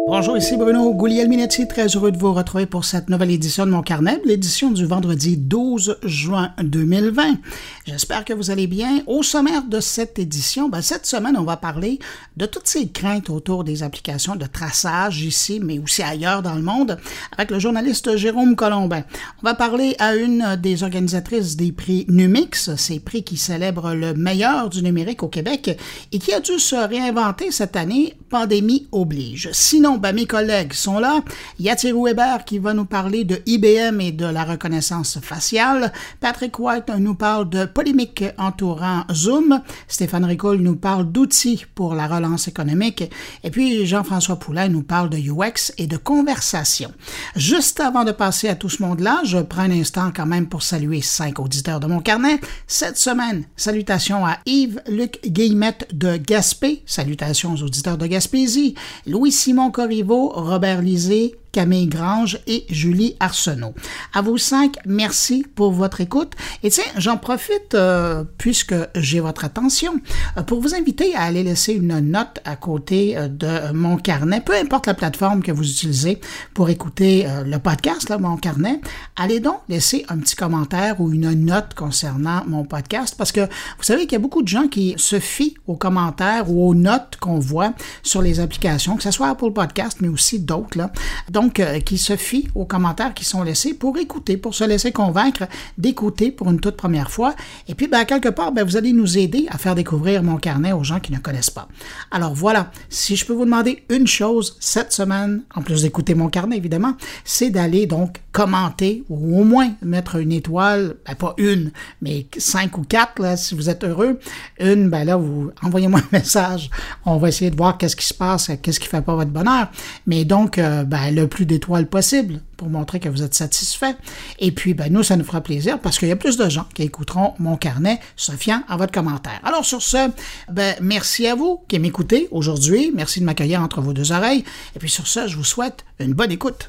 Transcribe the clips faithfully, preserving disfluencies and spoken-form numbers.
Bonjour, ici Bruno Guglielminetti, très heureux de vous retrouver pour cette nouvelle édition de Mon Carnet, l'édition du vendredi douze juin deux mille vingt. J'espère que vous allez bien. Au sommaire de cette édition, ben, cette semaine, on va parler de toutes ces craintes autour des applications de traçage ici, mais aussi ailleurs dans le monde, avec le journaliste Jérôme Colombin. On va parler à une des organisatrices des prix Numix, ces prix qui célèbrent le meilleur du numérique au Québec et qui a dû se réinventer cette année, pandémie oblige. Sinon, ben, mes collègues sont là. Il y a Thierry Weber qui va nous parler de I B M et de la reconnaissance faciale. Patrick White nous parle de polémique entourant Zoom. Stéphane Ricoul nous parle d'outils pour la relance économique. Et puis Jean-François Poulain nous parle de U X et de conversation. Juste avant de passer à tout ce monde-là, je prends un instant quand même pour saluer cinq auditeurs de Mon Carnet. Cette semaine, salutations à Yves-Luc Guillemette de Gaspé. Salutations aux auditeurs de Gaspésie. Louis-Simon Corriveau, Robert Lisée, Camille Grange et Julie Arsenault. À vous cinq, merci pour votre écoute. Et tiens, j'en profite, euh, puisque j'ai votre attention, euh, pour vous inviter à aller laisser une note à côté euh, de Mon Carnet, peu importe la plateforme que vous utilisez pour écouter euh, le podcast, là, Mon Carnet. Allez donc laisser un petit commentaire ou une note concernant mon podcast, parce que vous savez qu'il y a beaucoup de gens qui se fient aux commentaires ou aux notes qu'on voit sur les applications, que ce soit Apple Podcast, mais aussi d'autres, là. Donc, Donc, euh, qui se fient aux commentaires qui sont laissés pour écouter, pour se laisser convaincre d'écouter pour une toute première fois. Et puis, ben, quelque part, ben, vous allez nous aider à faire découvrir Mon Carnet aux gens qui ne connaissent pas. Alors voilà, si je peux vous demander une chose cette semaine, en plus d'écouter Mon Carnet, évidemment, c'est d'aller donc commenter ou au moins mettre une étoile, ben, pas une, mais cinq ou quatre, là, si vous êtes heureux. Une, ben là, vous envoyez-moi un message. On va essayer de voir qu'est-ce qui se passe, qu'est-ce qui fait pas votre bonheur. Mais donc, euh, ben, le plus d'étoiles possible pour montrer que vous êtes satisfait. Et puis, ben, nous, ça nous fera plaisir parce qu'il y a plus de gens qui écouteront Mon Carnet se fiant à votre commentaire. Alors, sur ce, ben, merci à vous qui m'écoutez aujourd'hui. Merci de m'accueillir entre vos deux oreilles. Et puis, sur ce, je vous souhaite une bonne écoute.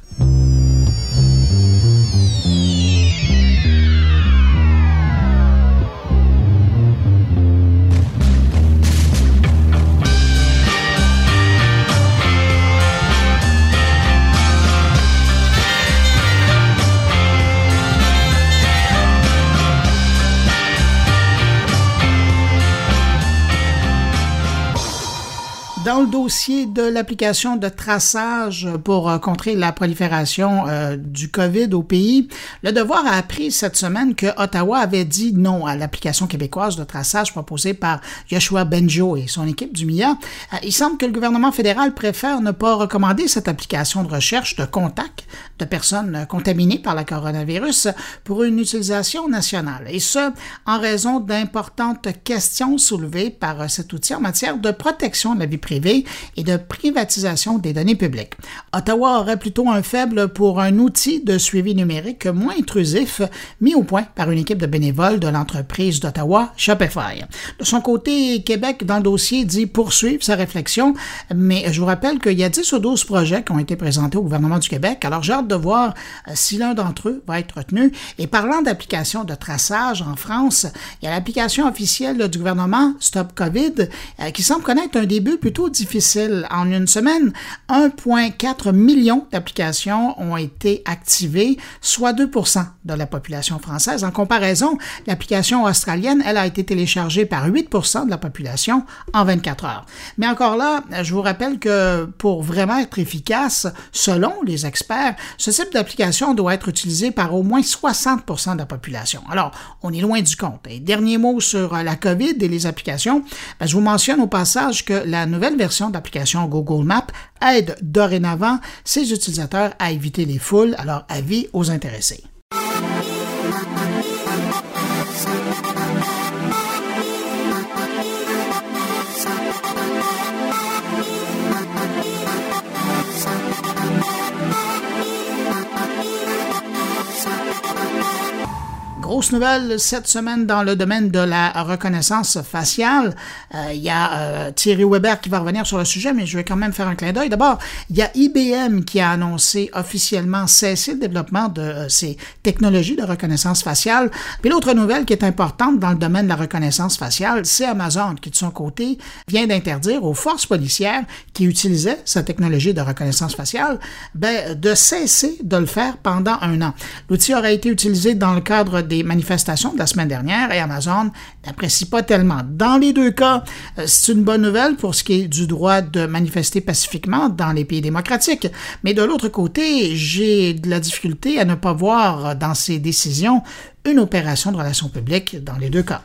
Dans le dossier de l'application de traçage pour euh, contrer la prolifération euh, du COVID au pays, Le Devoir a appris cette semaine que Ottawa avait dit non à l'application québécoise de traçage proposée par Yoshua Benjo et son équipe du M I A. Euh, il semble que le gouvernement fédéral préfère ne pas recommander cette application de recherche de contact de personnes contaminées par le coronavirus pour une utilisation nationale. Et ce, en raison d'importantes questions soulevées par euh, cet outil en matière de protection de la vie privée et de privatisation des données publiques. Ottawa aurait plutôt un faible pour un outil de suivi numérique moins intrusif mis au point par une équipe de bénévoles de l'entreprise d'Ottawa, Shopify. De son côté, Québec, dans le dossier, dit poursuivre sa réflexion, mais je vous rappelle qu'il y a dix ou douze projets qui ont été présentés au gouvernement du Québec, alors j'ai hâte de voir si l'un d'entre eux va être retenu. Et parlant d'application de traçage en France, il y a l'application officielle du gouvernement Stop COVID qui semble connaître un début plutôt difficile. En une semaine, un virgule quatre million d'applications ont été activées, soit deux pour cent de la population française. En comparaison, l'application australienne, elle, a été téléchargée par huit pour cent de la population en vingt-quatre heures. Mais encore là, je vous rappelle que pour vraiment être efficace, selon les experts, ce type d'application doit être utilisé par au moins soixante pour cent de la population. Alors, on est loin du compte. Et dernier mot sur la COVID et les applications, ben, je vous mentionne au passage que la nouvelle version de l'application Google Maps aide dorénavant ses utilisateurs à éviter les foules, alors avis aux intéressés. Grosse nouvelle cette semaine dans le domaine de la reconnaissance faciale. Euh, il y a euh, Thierry Weber qui va revenir sur le sujet, mais je vais quand même faire un clin d'œil. D'abord, il y a I B M qui a annoncé officiellement cesser le développement de euh, ces technologies de reconnaissance faciale. Puis l'autre nouvelle qui est importante dans le domaine de la reconnaissance faciale, c'est Amazon qui, de son côté, vient d'interdire aux forces policières qui utilisaient cette technologie de reconnaissance faciale ben, de cesser de le faire pendant un an. L'outil aurait été utilisé dans le cadre des manifestations de la semaine dernière et Amazon n'apprécie pas tellement. Dans les deux cas, c'est une bonne nouvelle pour ce qui est du droit de manifester pacifiquement dans les pays démocratiques. Mais de l'autre côté, j'ai de la difficulté à ne pas voir dans ces décisions une opération de relations publiques dans les deux cas.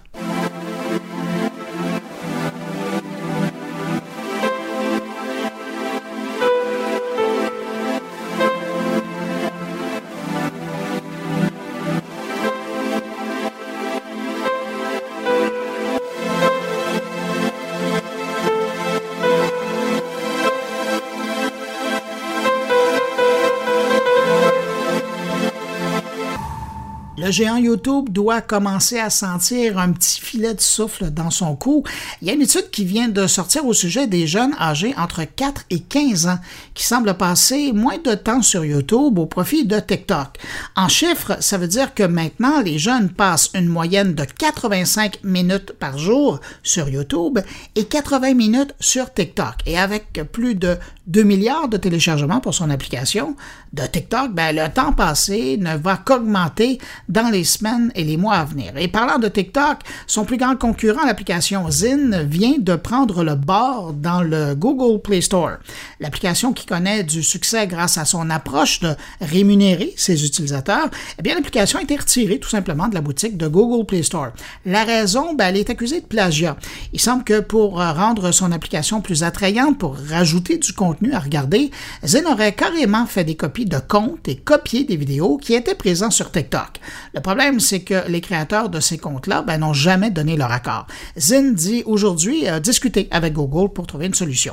Le géant YouTube doit commencer à sentir un petit filet de souffle dans son cou. Il y a une étude qui vient de sortir au sujet des jeunes âgés entre quatre et quinze ans qui semblent passer moins de temps sur YouTube au profit de TikTok. En chiffres, ça veut dire que maintenant, les jeunes passent une moyenne de quatre-vingt-cinq minutes par jour sur YouTube et quatre-vingts minutes sur TikTok. Et avec plus de deux milliards de téléchargements pour son application de TikTok, ben, le temps passé ne va qu'augmenter dans les semaines et les mois à venir. Et parlant de TikTok, son plus grand concurrent, l'application Zyn, vient de prendre le bord dans le Google Play Store. L'application qui connaît du succès grâce à son approche de rémunérer ses utilisateurs, eh bien, l'application a été retirée tout simplement de la boutique de Google Play Store. La raison, ben, elle est accusée de plagiat. Il semble que pour rendre son application plus attrayante, pour rajouter du contenu à regarder, Zyn aurait carrément fait des copies de comptes et copié des vidéos qui étaient présents sur TikTok. Le problème, c'est que les créateurs de ces comptes-là ben, n'ont jamais donné leur accord. Zyn dit aujourd'hui euh, discuter avec Google pour trouver une solution.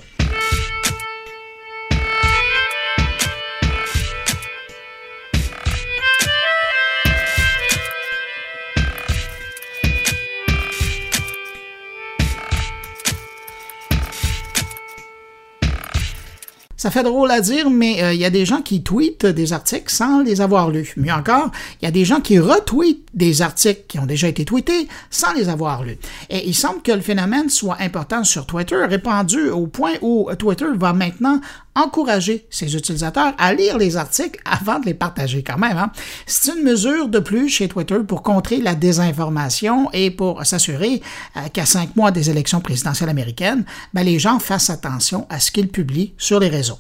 Ça fait drôle à dire, mais il euh, y a des gens qui tweetent des articles sans les avoir lus. Mieux encore, il y a des gens qui retweetent des articles qui ont déjà été tweetés sans les avoir lus. Et il semble que le phénomène soit important sur Twitter, répandu au point où Twitter va maintenant encourager ses utilisateurs à lire les articles avant de les partager quand même. Hein? C'est une mesure de plus chez Twitter pour contrer la désinformation et pour s'assurer euh, qu'à cinq mois des élections présidentielles américaines, ben, les gens fassent attention à ce qu'ils publient sur les réseaux.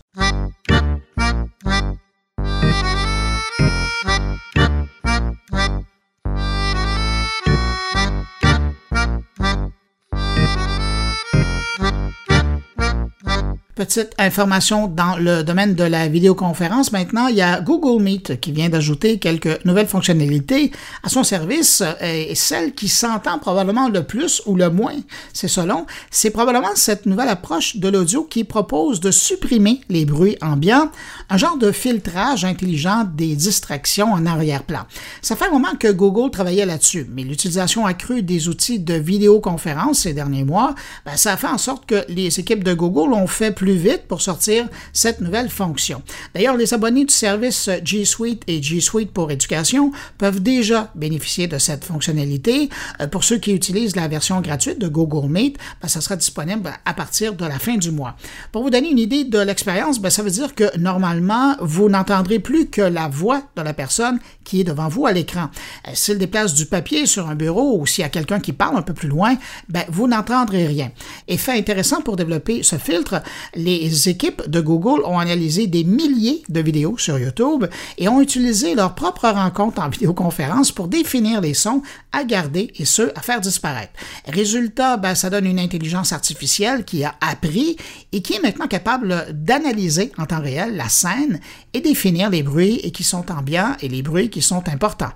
Petite information dans le domaine de la vidéoconférence. Maintenant, il y a Google Meet qui vient d'ajouter quelques nouvelles fonctionnalités à son service et celle qui s'entend probablement le plus ou le moins, c'est selon, c'est probablement cette nouvelle approche de l'audio qui propose de supprimer les bruits ambiants, un genre de filtrage intelligent des distractions en arrière-plan. Ça fait un moment que Google travaillait là-dessus, mais l'utilisation accrue des outils de vidéoconférence ces derniers mois, ben, ça a fait en sorte que les équipes de Google ont fait plus vite pour sortir cette nouvelle fonction. D'ailleurs, les abonnés du service G Suite et G Suite pour éducation peuvent déjà bénéficier de cette fonctionnalité. Pour ceux qui utilisent la version gratuite de Google Meet, ben, ça sera disponible à partir de la fin du mois. Pour vous donner une idée de l'expérience, ben, ça veut dire que normalement, vous n'entendrez plus que la voix de la personne qui est devant vous à l'écran. S'il déplace du papier sur un bureau ou s'il y a quelqu'un qui parle un peu plus loin, ben, vous n'entendrez rien. Et fait intéressant pour développer ce filtre, les équipes de Google ont analysé des milliers de vidéos sur YouTube et ont utilisé leur propre rencontre en vidéoconférence pour définir les sons à garder et ceux à faire disparaître. Résultat, ben, ça donne une intelligence artificielle qui a appris et qui est maintenant capable d'analyser en temps réel la scène et définir les bruits qui sont ambiants et les bruits qui sont importants.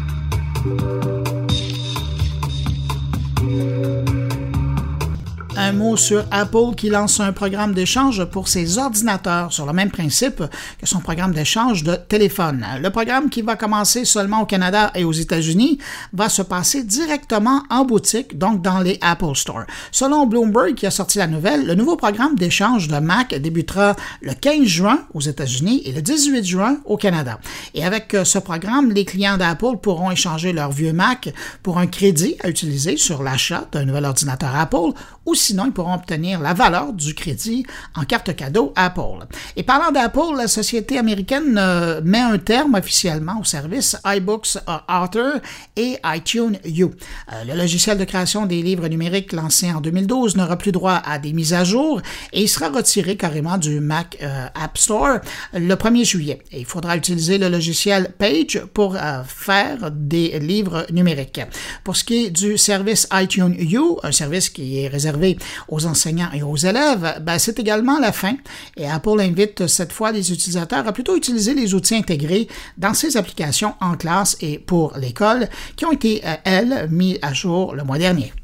Un mot sur Apple qui lance un programme d'échange pour ses ordinateurs sur le même principe que son programme d'échange de téléphone. Le programme qui va commencer seulement au Canada et aux États-Unis va se passer directement en boutique, donc dans les Apple Store. Selon Bloomberg qui a sorti la nouvelle, le nouveau programme d'échange de Mac débutera le quinze juin aux États-Unis et le dix-huit juin au Canada. Et avec ce programme, les clients d'Apple pourront échanger leur vieux Mac pour un crédit à utiliser sur l'achat d'un nouvel ordinateur Apple, ou sinon ils pourront obtenir la valeur du crédit en carte cadeau Apple. Et parlant d'Apple, la société américaine euh, met un terme officiellement au service iBooks Author et iTunes U. Euh, le logiciel de création des livres numériques lancé en deux mille douze n'aura plus droit à des mises à jour et il sera retiré carrément du Mac euh, App Store le premier juillet. Et il faudra utiliser le logiciel Page pour euh, faire des livres numériques. Pour ce qui est du service iTunes U, un service qui est réservé aux enseignants et aux élèves, ben, c'est également la fin et Apple invite cette fois les utilisateurs à plutôt utiliser les outils intégrés dans ses applications en classe et pour l'école qui ont été, euh, elles, mis à jour le mois dernier.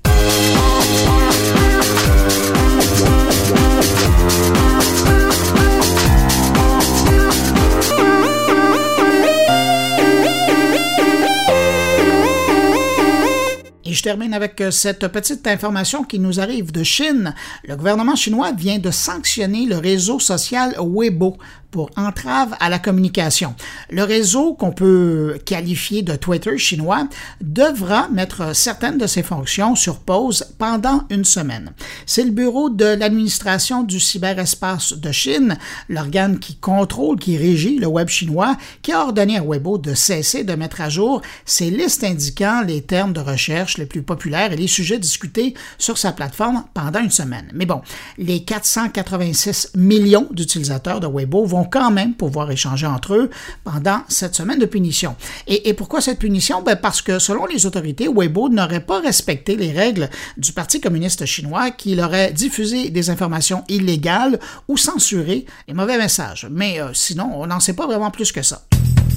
Et je termine avec cette petite information qui nous arrive de Chine. Le gouvernement chinois vient de sanctionner le réseau social Weibo pour entrave à la communication. Le réseau, qu'on peut qualifier de Twitter chinois, devra mettre certaines de ses fonctions sur pause pendant une semaine. C'est le bureau de l'administration du cyberespace de Chine, l'organe qui contrôle, qui régit le web chinois, qui a ordonné à Weibo de cesser de mettre à jour ses listes indiquant les termes de recherche les plus populaires et les sujets discutés sur sa plateforme pendant une semaine. Mais bon, les quatre cent quatre-vingt-six millions d'utilisateurs de Weibo vont quand même pouvoir échanger entre eux pendant cette semaine de punition. Et, et pourquoi cette punition? Ben parce que selon les autorités, Weibo n'aurait pas respecté les règles du Parti communiste chinois qui leur aurait diffusé des informations illégales ou censuré les mauvais messages. Mais euh, sinon, on n'en sait pas vraiment plus que ça.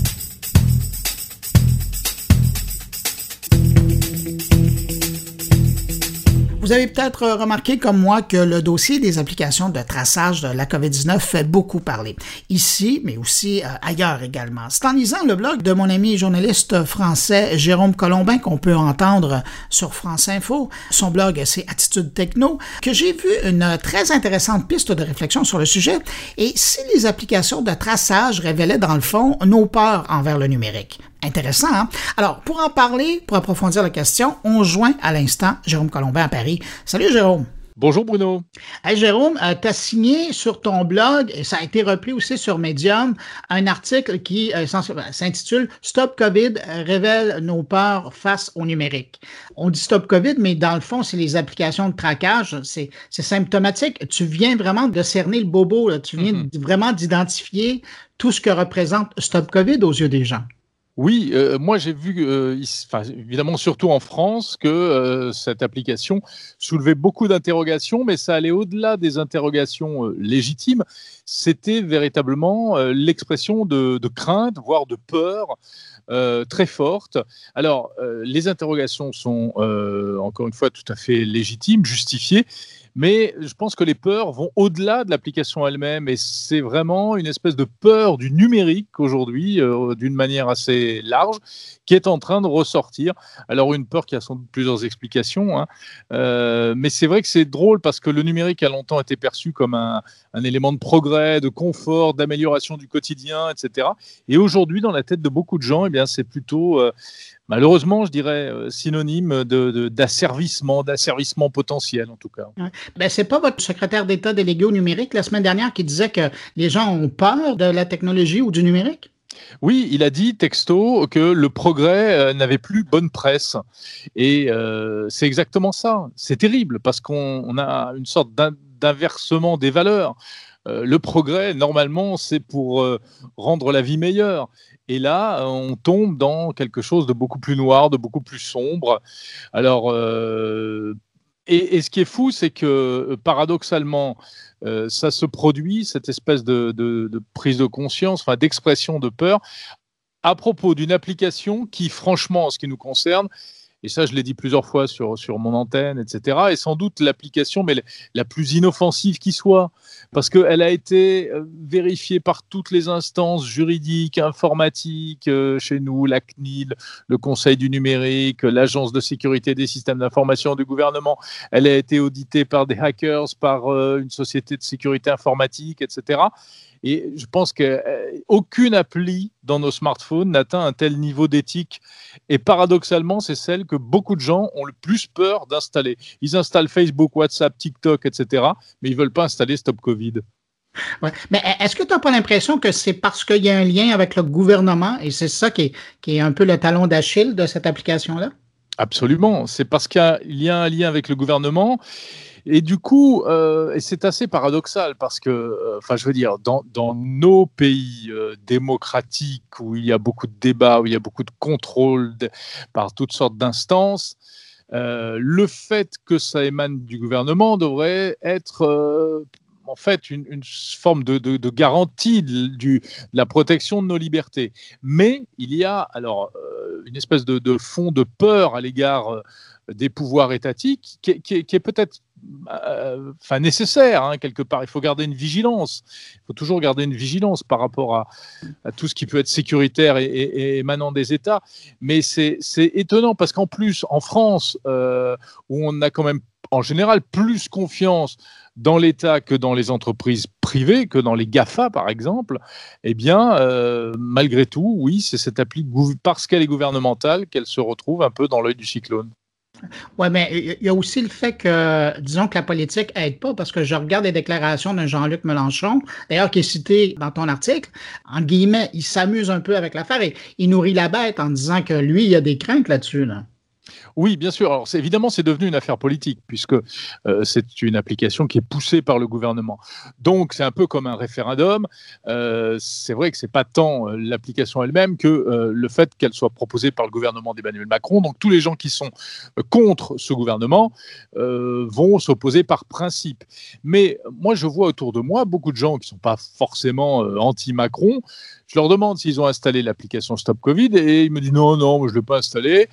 Vous avez peut-être remarqué comme moi que le dossier des applications de traçage de la covid dix-neuf fait beaucoup parler. Ici, mais aussi euh, ailleurs également. C'est en lisant le blog de mon ami journaliste français Jérôme Colombin qu'on peut entendre sur France Info, son blog c'est Attitude Techno, que j'ai vu une très intéressante piste de réflexion sur le sujet. Et si les applications de traçage révélaient dans le fond nos peurs envers le numérique? Intéressant, hein? Alors, pour en parler, pour approfondir la question, on joint à l'instant Jérôme Colombin à Paris. Salut Jérôme! Bonjour Bruno. Hey Jérôme, euh, tu as signé sur ton blog, et ça a été repris aussi sur Medium, un article qui euh, s'intitule « Stop COVID révèle nos peurs face au numérique ». On dit « Stop COVID », mais dans le fond, c'est les applications de traquage, c'est, c'est symptomatique. Tu viens vraiment de cerner le bobo, là. Tu viens mm-hmm. vraiment d'identifier tout ce que représente Stop COVID aux yeux des gens. Oui, euh, moi j'ai vu, euh, enfin, évidemment surtout en France, que euh, cette application soulevait beaucoup d'interrogations, mais ça allait au-delà des interrogations euh, légitimes. C'était véritablement euh, l'expression de, de crainte, voire de peur euh, très forte. Alors, euh, les interrogations sont euh, encore une fois tout à fait légitimes, justifiées. Mais je pense que les peurs vont au-delà de l'application elle-même et c'est vraiment une espèce de peur du numérique aujourd'hui, euh, d'une manière assez large, qui est en train de ressortir. Alors une peur qui a sans doute plusieurs explications, hein, euh, mais c'est vrai que c'est drôle parce que le numérique a longtemps été perçu comme un, un élément de progrès, de confort, d'amélioration du quotidien, et cetera. Et aujourd'hui, dans la tête de beaucoup de gens, eh bien, c'est plutôt... Euh, Malheureusement, je dirais euh, synonyme de, de, d'asservissement, d'asservissement potentiel en tout cas. Ouais. Ben, c'est pas votre secrétaire d'État délégué au numérique la semaine dernière qui disait que les gens ont peur de la technologie ou du numérique? Oui, il a dit texto que le progrès euh, n'avait plus bonne presse. Et euh, c'est exactement ça. C'est terrible parce qu'on on a une sorte d'inversement des valeurs. Euh, le progrès, normalement, c'est pour euh, rendre la vie meilleure. Et là, on tombe dans quelque chose de beaucoup plus noir, de beaucoup plus sombre. Alors, euh, et, et ce qui est fou, c'est que paradoxalement, euh, ça se produit, cette espèce de, de, de prise de conscience, enfin, d'expression de peur, à propos d'une application qui, franchement, en ce qui nous concerne, et ça je l'ai dit plusieurs fois sur, sur mon antenne, et cetera, est sans doute l'application mais la plus inoffensive qui soit, parce qu'elle a été vérifiée par toutes les instances juridiques, informatiques, euh, chez nous, la C N I L, le Conseil du numérique, l'Agence de sécurité des systèmes d'information du gouvernement. Elle a été auditée par des hackers, par euh, une société de sécurité informatique, et cetera. Et je pense qu'aucune appli dans nos smartphones n'atteint un tel niveau d'éthique. Et paradoxalement, c'est celle que beaucoup de gens ont le plus peur d'installer. Ils installent Facebook, WhatsApp, TikTok, et cetera, mais ils ne veulent pas installer Stop Covid. Ouais. Mais est-ce que tu n'as pas l'impression que c'est parce qu'il y a un lien avec le gouvernement et c'est ça qui est, qui est un peu le talon d'Achille de cette application-là? Absolument. C'est parce qu'il y a, il y a un lien avec le gouvernement. Et du coup, euh, et c'est assez paradoxal parce que, enfin, euh, je veux dire, dans, dans nos pays euh, démocratiques où il y a beaucoup de débats, où il y a beaucoup de contrôle de, par toutes sortes d'instances, euh, le fait que ça émane du gouvernement devrait être euh, en fait une, une forme de, de, de garantie de, du, de la protection de nos libertés. Mais il y a alors euh, une espèce de, de fond de peur à l'égard euh, des pouvoirs étatiques qui, qui, qui est peut-être euh, enfin, nécessaire, hein, quelque part. Il faut garder une vigilance. Il faut toujours garder une vigilance par rapport à, à tout ce qui peut être sécuritaire et, et, et émanant des États. Mais c'est, c'est étonnant parce qu'en plus, en France, euh, où on a quand même en général plus confiance dans l'État que dans les entreprises privées, que dans les GAFA par exemple, eh bien, euh, malgré tout, oui, c'est cette appli, parce qu'elle est gouvernementale, qu'elle se retrouve un peu dans l'œil du cyclone. Oui, mais il y a aussi le fait que, disons que la politique aide pas, parce que je regarde les déclarations de Jean-Luc Mélenchon, d'ailleurs qui est cité dans ton article, en guillemets, il s'amuse un peu avec l'affaire et il nourrit la bête en disant que lui, il a des craintes là-dessus, là. Oui, bien sûr. Alors, c'est, évidemment, c'est devenu une affaire politique puisque euh, c'est une application qui est poussée par le gouvernement. Donc, c'est un peu comme un référendum. Euh, c'est vrai que c'est pas tant euh, l'application elle-même que euh, le fait qu'elle soit proposée par le gouvernement d'Emmanuel Macron. Donc, tous les gens qui sont euh, contre ce gouvernement euh, vont s'opposer par principe. Mais moi, je vois autour de moi beaucoup de gens qui sont pas forcément euh, anti-Macron. Je leur demande s'ils ont installé l'application Stop Covid et ils me disent non, non, je l'ai pas installée.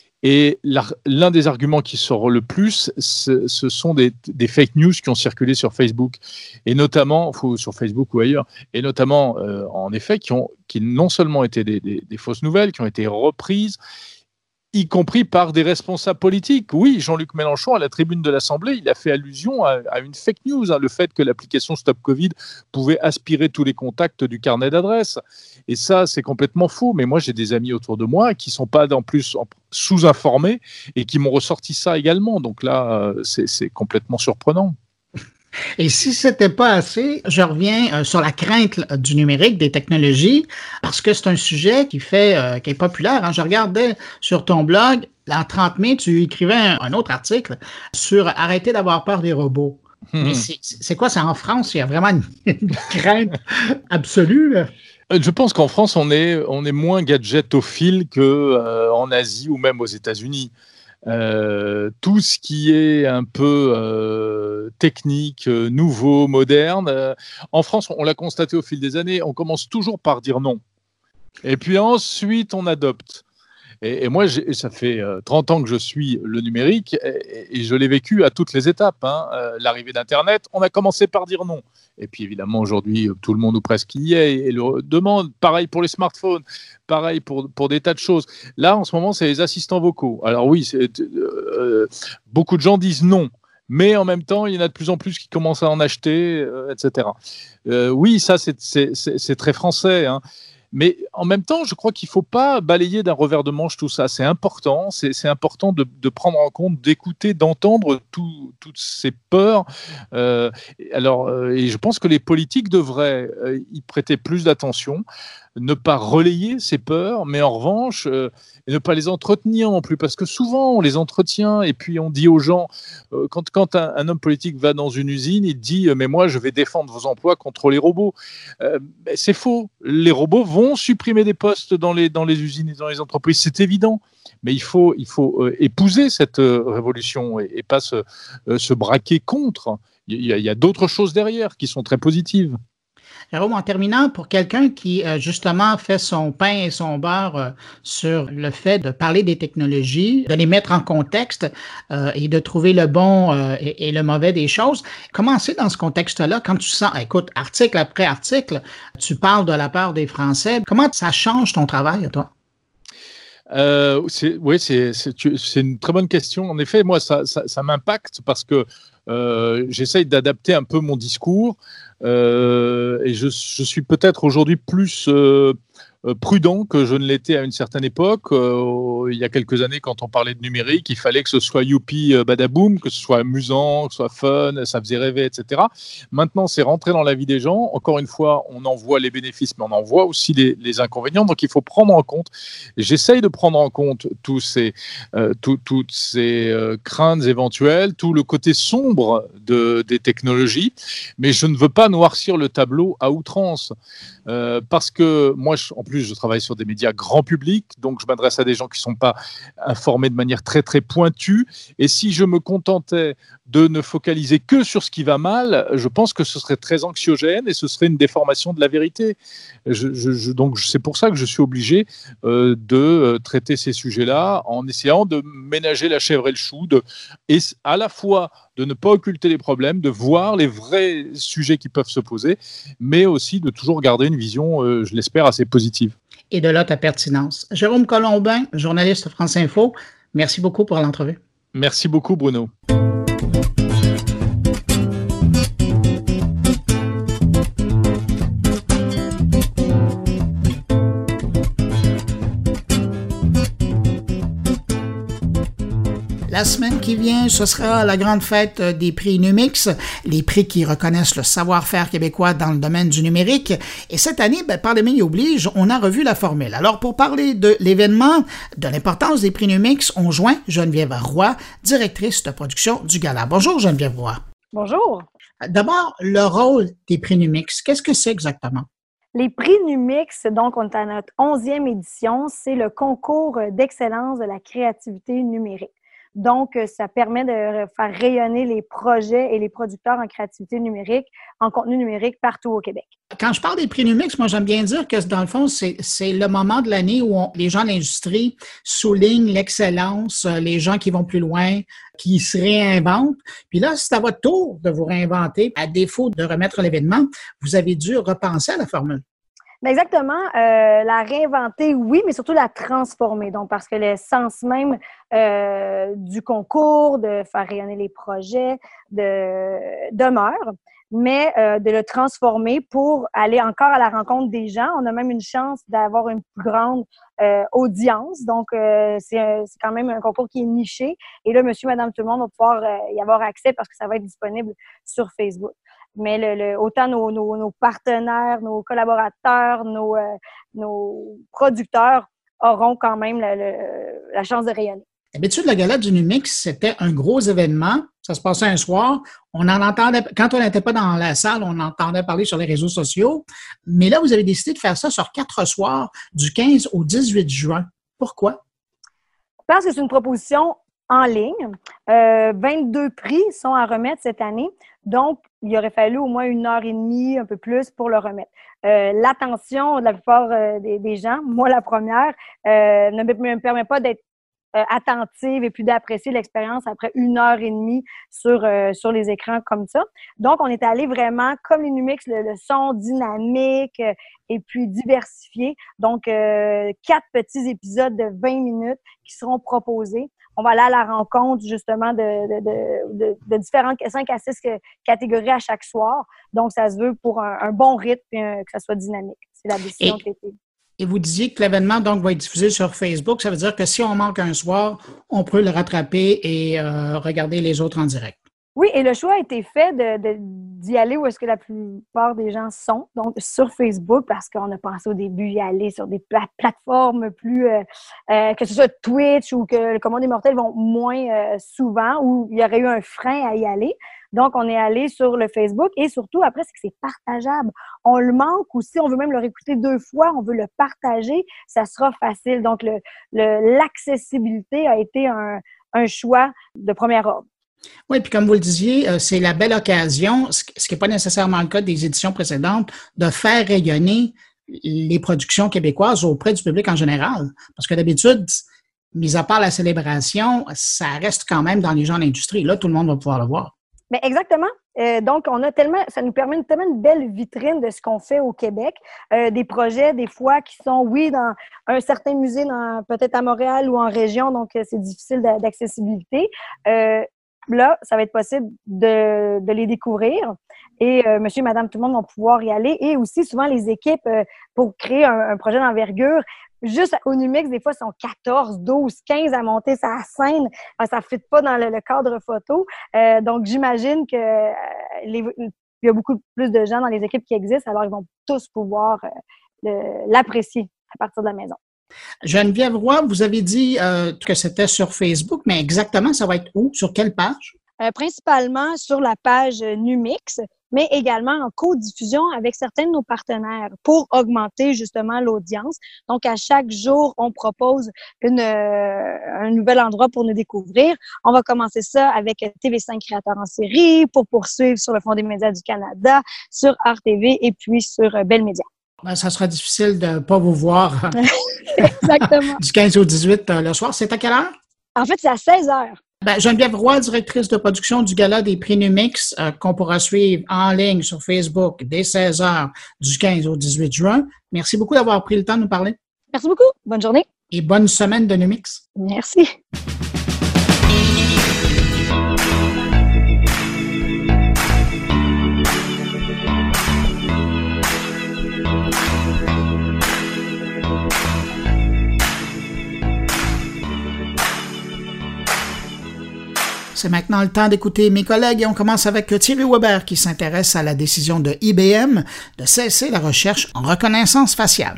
Et l'un des arguments qui sort le plus, ce, ce sont des, des fake news qui ont circulé sur Facebook, et notamment sur Facebook ou ailleurs, et notamment, euh, en effet, qui ont qui non seulement été des, des, des fausses nouvelles, qui ont été reprises, y compris par des responsables politiques. Oui, Jean-Luc Mélenchon, à la tribune de l'Assemblée, il a fait allusion à, à une fake news, hein, le fait que l'application Stop Covid pouvait aspirer tous les contacts du carnet d'adresses. Et ça, c'est complètement faux. Mais moi, j'ai des amis autour de moi qui ne sont pas en plus sous-informés et qui m'ont ressorti ça également. Donc là, c'est, c'est complètement surprenant. Et si c'était pas assez, je reviens euh, sur la crainte là, du numérique, des technologies, parce que c'est un sujet qui fait, euh, qui est populaire. Hein. Je regardais sur ton blog, en trente mai, tu écrivais un, un autre article sur arrêter d'avoir peur des robots. Mmh. Mais c'est, c'est quoi, c'est en France, il y a vraiment une, une crainte absolue, là. Je pense qu'en France, on est, on est moins gadgetophile qu'en euh, Asie ou même aux États-Unis. Euh, tout ce qui est un peu euh, technique, euh, nouveau, moderne, euh, en France, on l'a constaté au fil des années, on commence toujours par dire non. Et puis ensuite, on adopte. Et, et moi, j'ai, ça fait euh, trente ans que je suis le numérique et, et je l'ai vécu à toutes les étapes. Hein. Euh, l'arrivée d'Internet, on a commencé par dire non. Et puis évidemment, aujourd'hui, tout le monde ou presque y est et le demande. Pareil pour les smartphones, pareil pour, pour des tas de choses. Là, en ce moment, c'est les assistants vocaux. Alors oui, c'est, euh, beaucoup de gens disent non. Mais en même temps, il y en a de plus en plus qui commencent à en acheter, euh, et cetera. Euh, oui, ça, c'est, c'est, c'est, c'est très français, hein. Mais en même temps, je crois qu'il ne faut pas balayer d'un revers de manche tout ça. C'est important, c'est, c'est important de, de prendre en compte, d'écouter, d'entendre tout, toutes ces peurs. Euh, alors, euh, et je pense que les politiques devraient euh, y prêter plus d'attention, ne pas relayer ces peurs, mais en revanche, euh, ne pas les entretenir non plus, parce que souvent on les entretient et puis on dit aux gens, euh, quand, quand un, un homme politique va dans une usine, il dit euh, mais moi je vais défendre vos emplois contre les robots. Euh, ben, c'est faux, les robots vont supprimer des postes dans les, dans les usines et dans les entreprises, c'est évident. Mais il faut, il faut euh, épouser cette euh, révolution et, et pas se, euh, se braquer contre. Il y a, il y a d'autres choses derrière qui sont très positives. Jérôme, en terminant, pour quelqu'un qui, euh, justement, fait son pain et son beurre euh, sur le fait de parler des technologies, de les mettre en contexte euh, et de trouver le bon euh, et, et le mauvais des choses, comment c'est dans ce contexte-là, quand tu sens, écoute, article après article, tu parles de la peur des Français, comment ça change ton travail à toi? Euh, c'est, oui, c'est, c'est, c'est une très bonne question. En effet, moi, ça, ça, ça m'impacte parce que euh, j'essaye d'adapter un peu mon discours euh, et je, je suis peut-être aujourd'hui plus euh, euh, prudent que je ne l'étais à une certaine époque. Euh, il y a quelques années, quand on parlait de numérique, il fallait que ce soit youpi euh, badaboum, que ce soit amusant, que ce soit fun, ça faisait rêver, et cetera. Maintenant, c'est rentré dans la vie des gens. Encore une fois, on en voit les bénéfices, mais on en voit aussi les, les inconvénients. Donc, il faut prendre en compte. J'essaye de prendre en compte tous ces, euh, tout, toutes ces euh, craintes éventuelles, tout le côté sombre de, des technologies, mais je ne veux pas noircir le tableau à outrance. Euh, parce que moi, je, en plus, je travaille sur des médias grand public, donc je m'adresse à des gens qui ne sont pas informés de manière très, très pointue. Et si je me contentais de ne focaliser que sur ce qui va mal, je pense que ce serait très anxiogène et ce serait une déformation de la vérité. Je, je, je, donc, c'est pour ça que je suis obligé euh, de traiter ces sujets-là en essayant de ménager la chèvre et le chou, de, et à la fois de ne pas occulter les problèmes, de voir les vrais sujets qui peuvent se poser, mais aussi de toujours garder une vision, euh, je l'espère, assez positive. Et de là, ta pertinence. Jérôme Colombin, journaliste France Info, merci beaucoup pour l'entrevue. Merci beaucoup, Bruno. La semaine qui vient, ce sera la grande fête des prix Numix, les prix qui reconnaissent le savoir-faire québécois dans le domaine du numérique. Et cette année, ben, Pandémie oblige, on a revu la formule. Alors, pour parler de l'événement, de l'importance des prix Numix, on joint Geneviève Roy, directrice de production du gala. Bonjour Geneviève Roy. Bonjour. D'abord, le rôle des prix Numix, qu'est-ce que c'est exactement? Les prix Numix, donc on est à notre onzième édition, c'est le concours d'excellence de la créativité numérique. Donc, ça permet de faire rayonner les projets et les producteurs en créativité numérique, en contenu numérique partout au Québec. Quand je parle des prix Numix, moi, j'aime bien dire que, dans le fond, c'est, c'est le moment de l'année où on, les gens de l'industrie soulignent l'excellence, les gens qui vont plus loin, qui se réinventent. Puis là, c'est à votre tour de vous réinventer. À défaut de remettre l'événement, vous avez dû repenser à la formule. Exactement. Euh, la réinventer, oui, mais surtout la transformer. Donc, parce que l'essence même euh, du concours, de faire rayonner les projets, de, demeure, mais euh, de le transformer pour aller encore à la rencontre des gens. On a même une chance d'avoir une plus grande euh, audience. Donc, euh, c'est, un, c'est quand même un concours qui est niché. Et là, monsieur, madame, tout le monde va pouvoir euh, y avoir accès parce que ça va être disponible sur Facebook. Mais le, le, autant nos, nos, nos partenaires, nos collaborateurs, nos, euh, nos producteurs auront quand même la, la, la chance de rayonner. D'habitude, le gala du Numix, c'était un gros événement. Ça se passait un soir. On en entendait, quand on n'était pas dans la salle, on entendait parler sur les réseaux sociaux. Mais là, vous avez décidé de faire ça sur quatre soirs, du quinze au dix-huit juin. Pourquoi? Je pense que c'est une proposition en ligne. Euh, vingt-deux prix sont à remettre cette année. Donc, il aurait fallu au moins une heure et demie, un peu plus, pour le remettre. Euh, l'attention de la plupart euh, des, des gens, moi la première, euh, ne me, me permet pas d'être euh, attentive et puis d'apprécier l'expérience après une heure et demie sur, euh, sur les écrans comme ça. Donc, on est allé vraiment, comme les Numix, le, le son dynamique euh, et puis diversifié. Donc, euh, quatre petits épisodes de vingt minutes qui seront proposés. On va aller à la rencontre, justement, de, de, de, de, de différentes cinq à six catégories à chaque soir. Donc, ça se veut pour un, un bon rythme et un, que ça soit dynamique. C'est la décision de l'été. Et vous disiez que l'événement donc va être diffusé sur Facebook. Ça veut dire que si on manque un soir, on peut le rattraper et euh, regarder les autres en direct. Oui, et le choix a été fait de, de, d'y aller où est-ce que la plupart des gens sont, donc sur Facebook, parce qu'on a pensé au début y aller sur des pla- plateformes plus, euh, euh, que ce soit Twitch ou que le Commande des Mortels vont moins euh, souvent, où il y aurait eu un frein à y aller. Donc, on est allé sur le Facebook et surtout, après, c'est que c'est partageable. On le manque ou si on veut même le réécouter deux fois, on veut le partager, ça sera facile. Donc, le, le, l'accessibilité a été un, un choix de premier ordre. Oui, puis comme vous le disiez, euh, c'est la belle occasion, ce qui n'est pas nécessairement le cas des éditions précédentes, de faire rayonner les productions québécoises auprès du public en général. Parce que d'habitude, mis à part la célébration, ça reste quand même dans les gens de l'industrie. Là, tout le monde va pouvoir le voir. Bien, exactement. Euh, donc, on a tellement, ça nous permet une, tellement une belle vitrine de ce qu'on fait au Québec. Euh, des projets, des fois, qui sont, oui, dans un certain musée, dans, peut-être à Montréal ou en région, donc c'est difficile d'accessibilité. Euh, là, ça va être possible de, de les découvrir. Et euh, monsieur et madame, tout le monde vont pouvoir y aller. Et aussi, souvent, les équipes, euh, pour créer un, un projet d'envergure, juste au Numix, des fois, ils sont quatorze, douze, quinze à monter sa scène. Ça ne fit pas dans le, le cadre photo. Euh, donc, j'imagine que euh, les, il y a beaucoup plus de gens dans les équipes qui existent, alors ils vont tous pouvoir euh, l'apprécier à partir de la maison. Geneviève Roy, vous avez dit euh, que c'était sur Facebook, mais exactement, ça va être où? Sur quelle page? Euh, principalement sur la page Numix, mais également en co-diffusion avec certains de nos partenaires pour augmenter justement l'audience. Donc, à chaque jour, on propose une, euh, un nouvel endroit pour nous découvrir. On va commencer ça avec T V cinq Créateurs en série, pour poursuivre sur le Fonds des médias du Canada, sur R T V et puis sur euh, Bell Média. Ben, ça sera difficile de ne pas vous voir Exactement. du quinze au dix-huit euh, le soir. C'est à quelle heure? En fait, c'est à seize heures. Ben, Geneviève Roy, directrice de production du Gala des prix Numix, euh, qu'on pourra suivre en ligne sur Facebook dès seize heures du quinze au dix-huit juin. Merci beaucoup d'avoir pris le temps de nous parler. Merci beaucoup. Bonne journée. Et bonne semaine de Numix. Merci. C'est maintenant le temps d'écouter mes collègues et on commence avec Thierry Weber qui s'intéresse à la décision de I B M de cesser la recherche en reconnaissance faciale.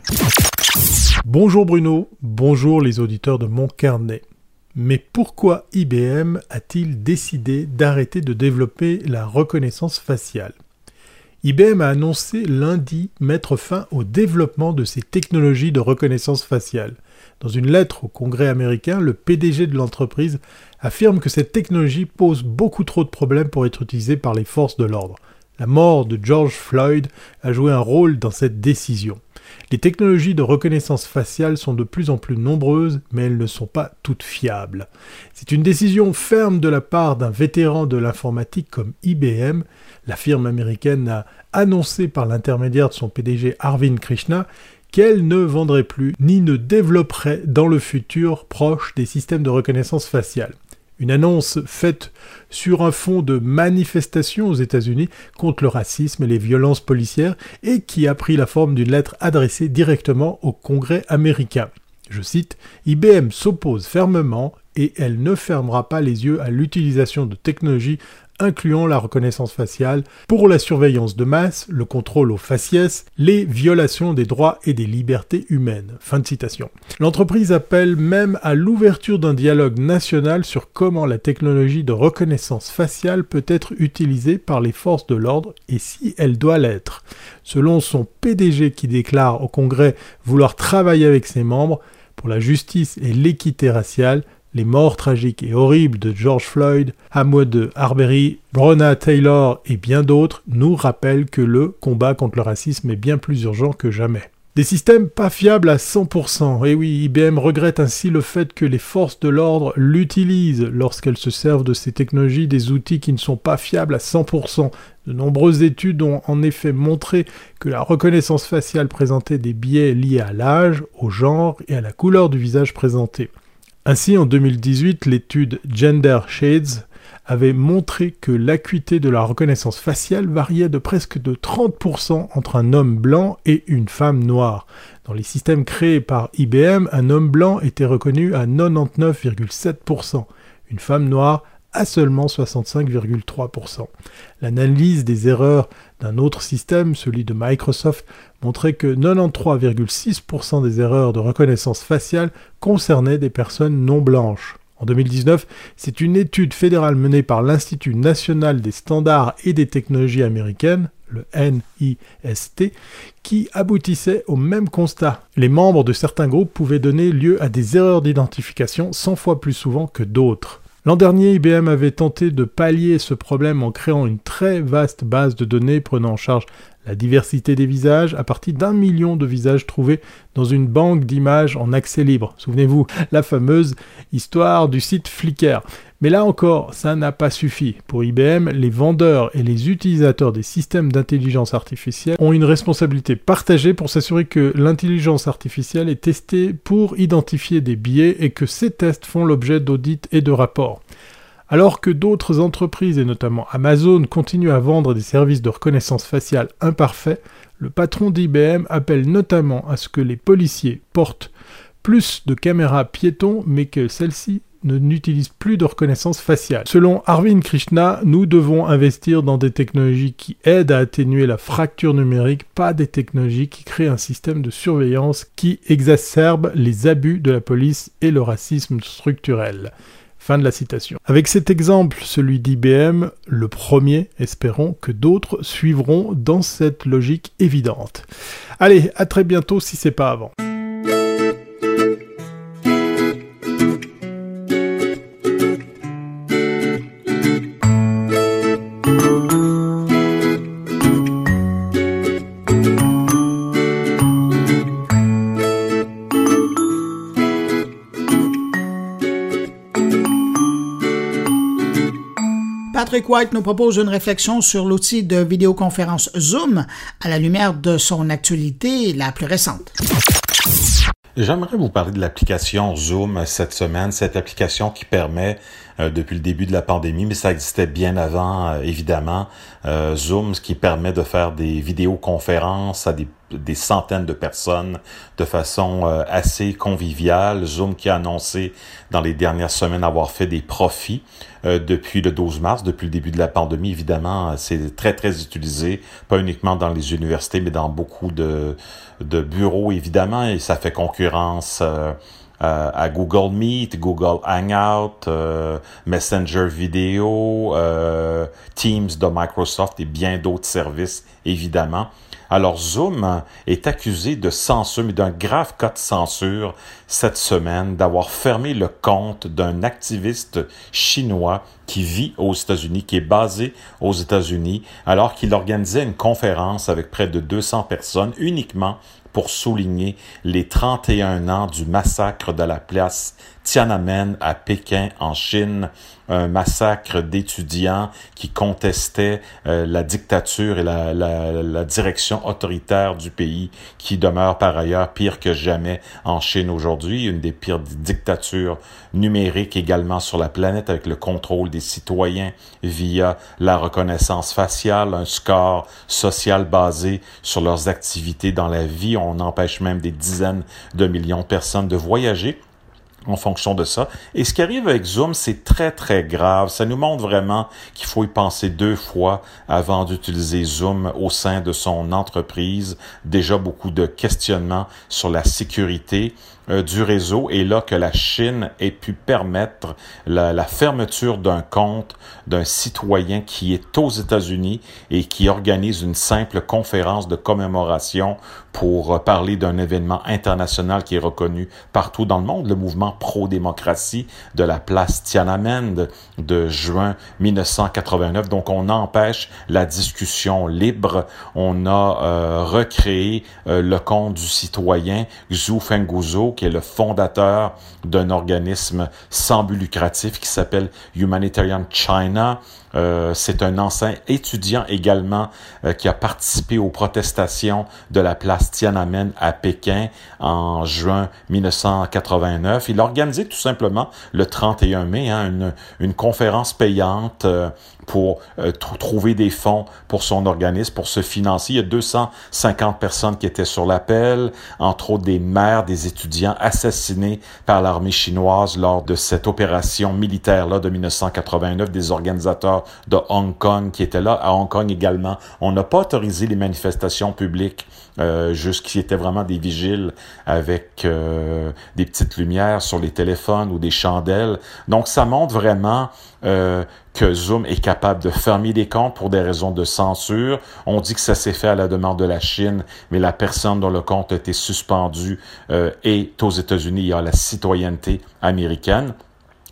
Bonjour Bruno, bonjour les auditeurs de Mon Carnet. Mais pourquoi I B M a-t-il décidé d'arrêter de développer la reconnaissance faciale ? I B M a annoncé lundi mettre fin au développement de ces technologies de reconnaissance faciale. Dans une lettre au Congrès américain, le P D G de l'entreprise affirme que cette technologie pose beaucoup trop de problèmes pour être utilisée par les forces de l'ordre. La mort de George Floyd a joué un rôle dans cette décision. Les technologies de reconnaissance faciale sont de plus en plus nombreuses, mais elles ne sont pas toutes fiables. C'est une décision ferme de la part d'un vétéran de l'informatique comme I B M. La firme américaine a annoncé par l'intermédiaire de son P D G Arvind Krishna qu'elle ne vendrait plus ni ne développerait dans le futur proche des systèmes de reconnaissance faciale. Une annonce faite sur un fond de manifestation aux États-Unis contre le racisme et les violences policières et qui a pris la forme d'une lettre adressée directement au Congrès américain. Je cite, « I B M s'oppose fermement et elle ne fermera pas les yeux à l'utilisation de technologies incluant la reconnaissance faciale pour la surveillance de masse, le contrôle au faciès, les violations des droits et des libertés humaines. » Fin de citation. L'entreprise appelle même à l'ouverture d'un dialogue national sur comment la technologie de reconnaissance faciale peut être utilisée par les forces de l'ordre et si elle doit l'être. Selon son P D G qui déclare au Congrès vouloir travailler avec ses membres pour la justice et l'équité raciale, les morts tragiques et horribles de George Floyd, Ahmaud Arbery, Breonna Taylor et bien d'autres nous rappellent que le combat contre le racisme est bien plus urgent que jamais. Des systèmes pas fiables à cent pour cent. Et oui, I B M regrette ainsi le fait que les forces de l'ordre l'utilisent lorsqu'elles se servent de ces technologies, des outils qui ne sont pas fiables à cent pour cent. De nombreuses études ont en effet montré que la reconnaissance faciale présentait des biais liés à l'âge, au genre et à la couleur du visage présenté. Ainsi, en deux mille dix-huit, l'étude Gender Shades avait montré que l'acuité de la reconnaissance faciale variait de presque de trente pour cent entre un homme blanc et une femme noire. Dans les systèmes créés par I B M, un homme blanc était reconnu à quatre-vingt-dix-neuf virgule sept pour cent, une femme noire à seulement soixante-cinq virgule trois pour cent. L'analyse des erreurs d'un autre système, celui de Microsoft, montrait que quatre-vingt-treize virgule six pour cent des erreurs de reconnaissance faciale concernaient des personnes non blanches. En deux mille dix-neuf, c'est une étude fédérale menée par l'Institut national des standards et des technologies américaines, le N I S T, qui aboutissait au même constat. Les membres de certains groupes pouvaient donner lieu à des erreurs d'identification cent fois plus souvent que d'autres. L'an dernier, I B M avait tenté de pallier ce problème en créant une très vaste base de données prenant en charge la diversité des visages à partir d'un million de visages trouvés dans une banque d'images en accès libre. Souvenez-vous, la fameuse histoire du site Flickr. Mais là encore, ça n'a pas suffi. Pour I B M, les vendeurs et les utilisateurs des systèmes d'intelligence artificielle ont une responsabilité partagée pour s'assurer que l'intelligence artificielle est testée pour identifier des biais et que ces tests font l'objet d'audits et de rapports. Alors que d'autres entreprises, et notamment Amazon, continuent à vendre des services de reconnaissance faciale imparfaits, le patron d'I B M appelle notamment à ce que les policiers portent plus de caméras piétons, mais que celles-ci ne n'utilisent plus de reconnaissance faciale. Selon Arvind Krishna, nous devons investir dans des technologies qui aident à atténuer la fracture numérique, pas des technologies qui créent un système de surveillance qui exacerbe les abus de la police et le racisme structurel. Fin de la citation. Avec cet exemple, celui d'I B M, le premier, espérons que d'autres suivront dans cette logique évidente. Allez, à très bientôt si c'est pas avant. Patrick White nous propose une réflexion sur l'outil de vidéoconférence Zoom à la lumière de son actualité la plus récente. J'aimerais vous parler de l'application Zoom cette semaine, cette application qui permet, euh, depuis le début de la pandémie, mais ça existait bien avant, euh, évidemment, euh, Zoom, ce qui permet de faire des vidéoconférences à des, des centaines de personnes de façon euh, assez conviviale. Zoom qui a annoncé dans les dernières semaines avoir fait des profits euh, depuis le douze mars, depuis le début de la pandémie. Évidemment, c'est très, très utilisé, pas uniquement dans les universités, mais dans beaucoup de, de bureaux, évidemment, et ça fait concurrence euh, euh, à Google Meet, Google Hangout, euh, Messenger Video, euh, Teams de Microsoft et bien d'autres services, évidemment. Alors, Zoom est accusé de censure, mais d'un grave cas de censure cette semaine, d'avoir fermé le compte d'un activiste chinois qui vit aux États-Unis, qui est basé aux États-Unis, alors qu'il organisait une conférence avec près de deux cents personnes uniquement pour souligner les trente et un ans du massacre de la place Tiananmen à Pékin, en Chine, un massacre d'étudiants qui contestaient euh, la dictature et la, la, la direction autoritaire du pays, qui demeure par ailleurs pire que jamais en Chine aujourd'hui, une des pires dictatures numériques également sur la planète, avec le contrôle des citoyens via la reconnaissance faciale, un score social basé sur leurs activités dans la vie. On empêche même des dizaines de millions de personnes de voyager en fonction de ça. Et ce qui arrive avec Zoom, c'est très, très grave. Ça nous montre vraiment qu'il faut y penser deux fois avant d'utiliser Zoom au sein de son entreprise. Déjà beaucoup de questionnements sur la sécurité euh, du réseau, et là que la Chine ait pu permettre la, la fermeture d'un compte d'un citoyen qui est aux États-Unis et qui organise une simple conférence de commémoration pour parler d'un événement international qui est reconnu partout dans le monde, le mouvement pro-démocratie de la place Tiananmen de, de juin mille neuf cent quatre-vingt-neuf. Donc, on empêche la discussion libre. On a euh, recréé euh, le compte du citoyen Xu Fengguo, qui est le fondateur d'un organisme sans but lucratif qui s'appelle Humanitarian China. Euh, c'est un ancien étudiant également euh, qui a participé aux protestations de la place Tiananmen à Pékin en juin mille neuf cent quatre-vingt-neuf. Il a organisé tout simplement le trente et un mai hein, une, une conférence payante euh, pour euh, tr- trouver des fonds pour son organisme, pour se financer. Il y a deux cent cinquante personnes qui étaient sur l'appel, entre autres des mères, des étudiants assassinés par l'armée chinoise lors de cette opération militaire-là de mille neuf cent quatre-vingt-neuf, des organisateurs de Hong Kong qui étaient là. À Hong Kong également, on n'a pas autorisé les manifestations publiques, euh, jusqu'à étaient vraiment des vigiles avec euh, des petites lumières sur les téléphones ou des chandelles. Donc, ça montre vraiment euh, que Zoom est capable de fermer des comptes pour des raisons de censure. On dit que ça s'est fait à la demande de la Chine, mais la personne dont le compte a été suspendu euh, est aux États-Unis, il y a la citoyenneté américaine.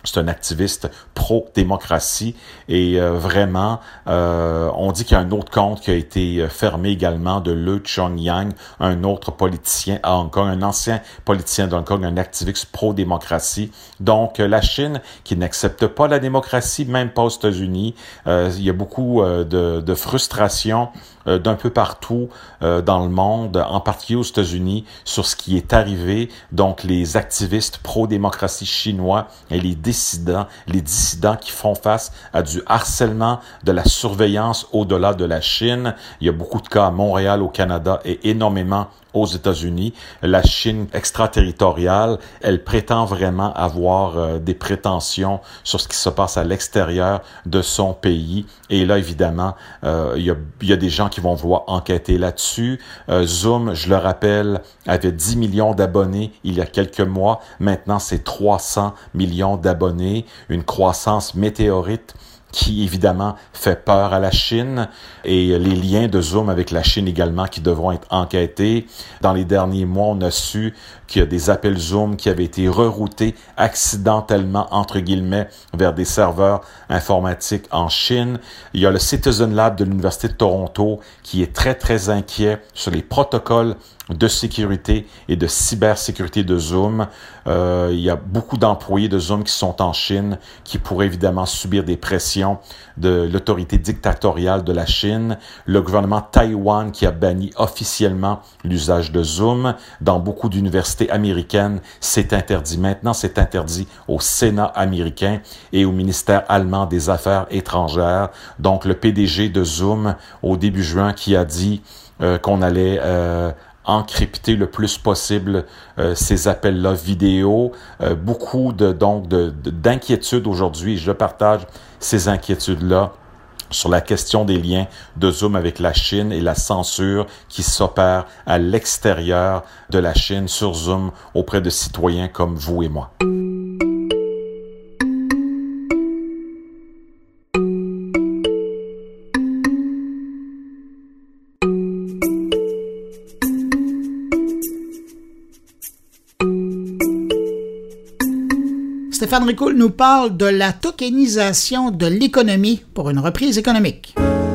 C'est un activiste pro-démocratie et euh, vraiment, euh, on dit qu'il y a un autre compte qui a été fermé également de Le Chong-yang, un autre politicien à Hong Kong, un ancien politicien de Hong Kong, un activiste pro-démocratie. Donc, la Chine qui n'accepte pas la démocratie, même pas aux États-Unis. Euh, il y a beaucoup euh, de, de frustration euh, d'un peu partout euh, dans le monde, en particulier aux États-Unis, sur ce qui est arrivé. Donc, les activistes pro-démocratie chinois et les dissidents, les dissidents qui font face à du harcèlement, de la surveillance au-delà de la Chine. Il y a beaucoup de cas à Montréal, au Canada, et énormément aux États-Unis. La Chine extraterritoriale, elle prétend vraiment avoir euh, des prétentions sur ce qui se passe à l'extérieur de son pays. Et là, évidemment, euh, il y a, il y a des gens qui vont vouloir enquêter là-dessus. Euh, Zoom, je le rappelle, avait dix millions d'abonnés il y a quelques mois. Maintenant, c'est trois cents millions d'abonnés. Une croissance météorite qui évidemment fait peur à la Chine, et les liens de Zoom avec la Chine également qui devront être enquêtés. Dans les derniers mois, on a su qu'il y a des appels Zoom qui avaient été reroutés accidentellement, entre guillemets, vers des serveurs informatiques en Chine. Il y a le Citizen Lab de l'Université de Toronto qui est très, très inquiet sur les protocoles de sécurité et de cybersécurité de Zoom. Euh, il y a beaucoup d'employés de Zoom qui sont en Chine, qui pourraient évidemment subir des pressions de l'autorité dictatoriale de la Chine. Le gouvernement Taïwan qui a banni officiellement l'usage de Zoom. Dans beaucoup d'universités américaines, c'est interdit. Maintenant, c'est interdit au Sénat américain et au ministère allemand des Affaires étrangères. Donc, le P D G de Zoom, au début juin, qui a dit euh, qu'on allait euh, encrypter le plus possible euh, ces appels-là vidéo. Euh, beaucoup de donc de, de, d'inquiétudes aujourd'hui. Je partage ces inquiétudes-là sur la question des liens de Zoom avec la Chine et la censure qui s'opère à l'extérieur de la Chine sur Zoom auprès de citoyens comme vous et moi. Stéphane Ricoul nous parle de la tokenisation de l'économie pour une reprise économique.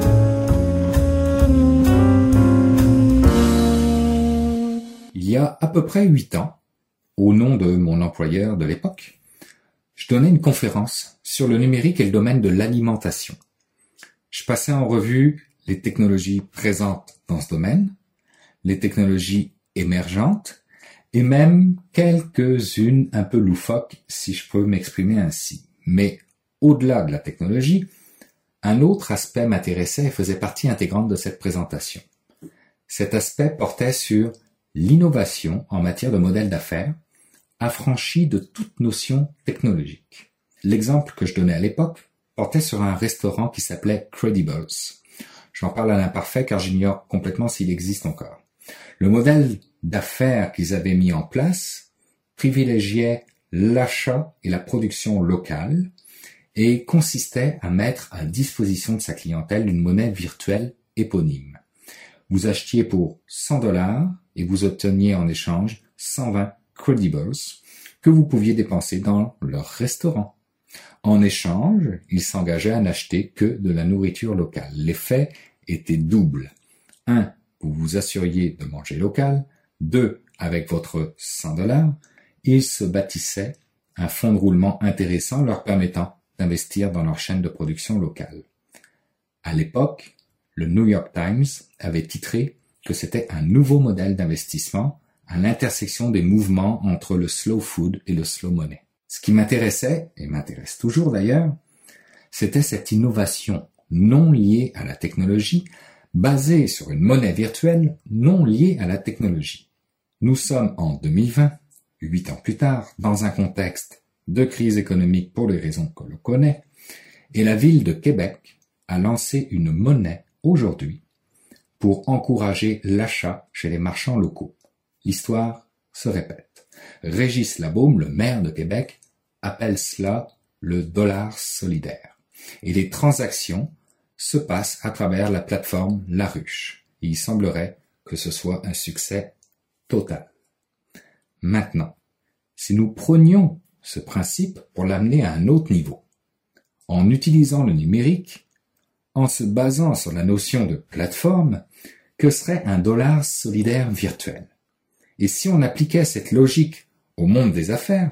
Il y a à peu près huit ans, au nom de mon employeur de l'époque, je donnais une conférence sur le numérique et le domaine de l'alimentation. Je passais en revue les technologies présentes dans ce domaine, les technologies émergentes, et même quelques-unes un peu loufoques, si je peux m'exprimer ainsi. Mais au-delà de la technologie, un autre aspect m'intéressait et faisait partie intégrante de cette présentation. Cet aspect portait sur l'innovation en matière de modèle d'affaires, affranchi de toute notion technologique. L'exemple que je donnais à l'époque portait sur un restaurant qui s'appelait Credibles. J'en parle à l'imparfait car j'ignore complètement s'il existe encore. Le modèle d'affaires qu'ils avaient mis en place privilégiait l'achat et la production locale et consistait à mettre à disposition de sa clientèle une monnaie virtuelle éponyme. Vous achetiez pour cent dollars et vous obteniez en échange cent vingt Credibles que vous pouviez dépenser dans leur restaurant. En échange, ils s'engageaient à n'acheter que de la nourriture locale. L'effet était double. Un, vous vous assuriez de manger local. Deux, avec votre cent dollars, ils se bâtissaient un fonds de roulement intéressant leur permettant d'investir dans leur chaîne de production locale. À l'époque, le New York Times avait titré que c'était un nouveau modèle d'investissement à l'intersection des mouvements entre le slow food et le slow money. Ce qui m'intéressait, et m'intéresse toujours d'ailleurs, c'était cette innovation non liée à la technologie, basée sur une monnaie virtuelle non liée à la technologie. Nous sommes en deux mille vingt, huit ans plus tard, dans un contexte de crise économique pour les raisons que l'on connaît, et la ville de Québec a lancé une monnaie aujourd'hui pour encourager l'achat chez les marchands locaux. L'histoire se répète. Régis Labaume, le maire de Québec, appelle cela le dollar solidaire. Et les transactions se passent à travers la plateforme La Ruche. Et il semblerait que ce soit un succès total. Maintenant, si nous prenions ce principe pour l'amener à un autre niveau, en utilisant le numérique, en se basant sur la notion de plateforme que serait un dollar solidaire virtuel. Et si on appliquait cette logique au monde des affaires,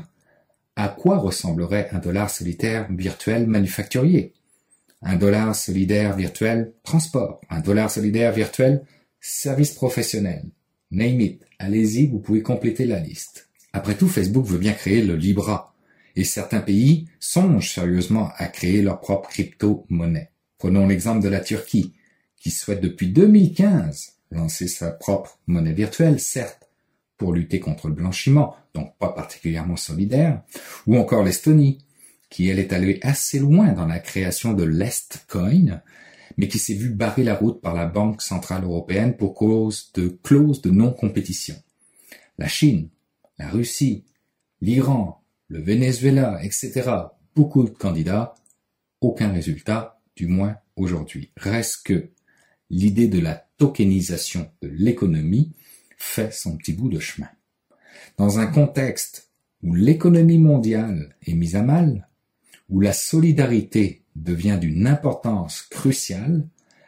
à quoi ressemblerait un dollar solidaire virtuel manufacturier? Un dollar solidaire virtuel transport, un dollar solidaire virtuel service professionnel. Name it, allez-y, vous pouvez compléter la liste. Après tout, Facebook veut bien créer le Libra, et certains pays songent sérieusement à créer leur propre crypto-monnaie. Prenons l'exemple de la Turquie, qui souhaite depuis deux mille quinze lancer sa propre monnaie virtuelle, certes, pour lutter contre le blanchiment, donc pas particulièrement solidaire, ou encore l'Estonie, qui elle est allée assez loin dans la création de l'Estcoin, mais qui s'est vu barrer la route par la Banque centrale européenne pour cause de clauses de non-compétition. La Chine, la Russie, l'Iran, le Venezuela, et cetera, beaucoup de candidats, aucun résultat, du moins aujourd'hui. Reste que l'idée de la tokenisation de l'économie fait son petit bout de chemin. Dans un contexte où l'économie mondiale est mise à mal, où la solidarité devient d'une importance cruciale,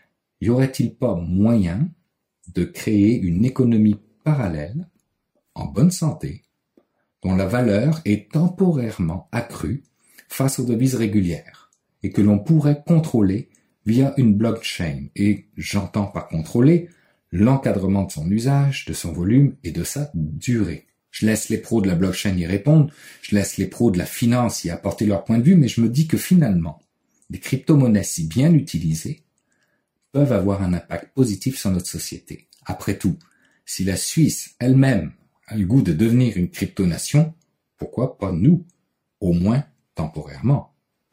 y aurait-il pas moyen de créer une économie parallèle, en bonne santé, dont la valeur est temporairement accrue face aux devises régulières, et que l'on pourrait contrôler via une blockchain, et j'entends par contrôler l'encadrement de son usage, de son volume et de sa durée. Je laisse les pros de la blockchain y répondre, je laisse les pros de la finance y apporter leur point de vue, mais je me dis que finalement, des crypto-monnaies si bien utilisées peuvent avoir un impact positif sur notre société. Après tout, si la Suisse elle-même a le goût de devenir une crypto-nation, pourquoi pas nous, au moins temporairement?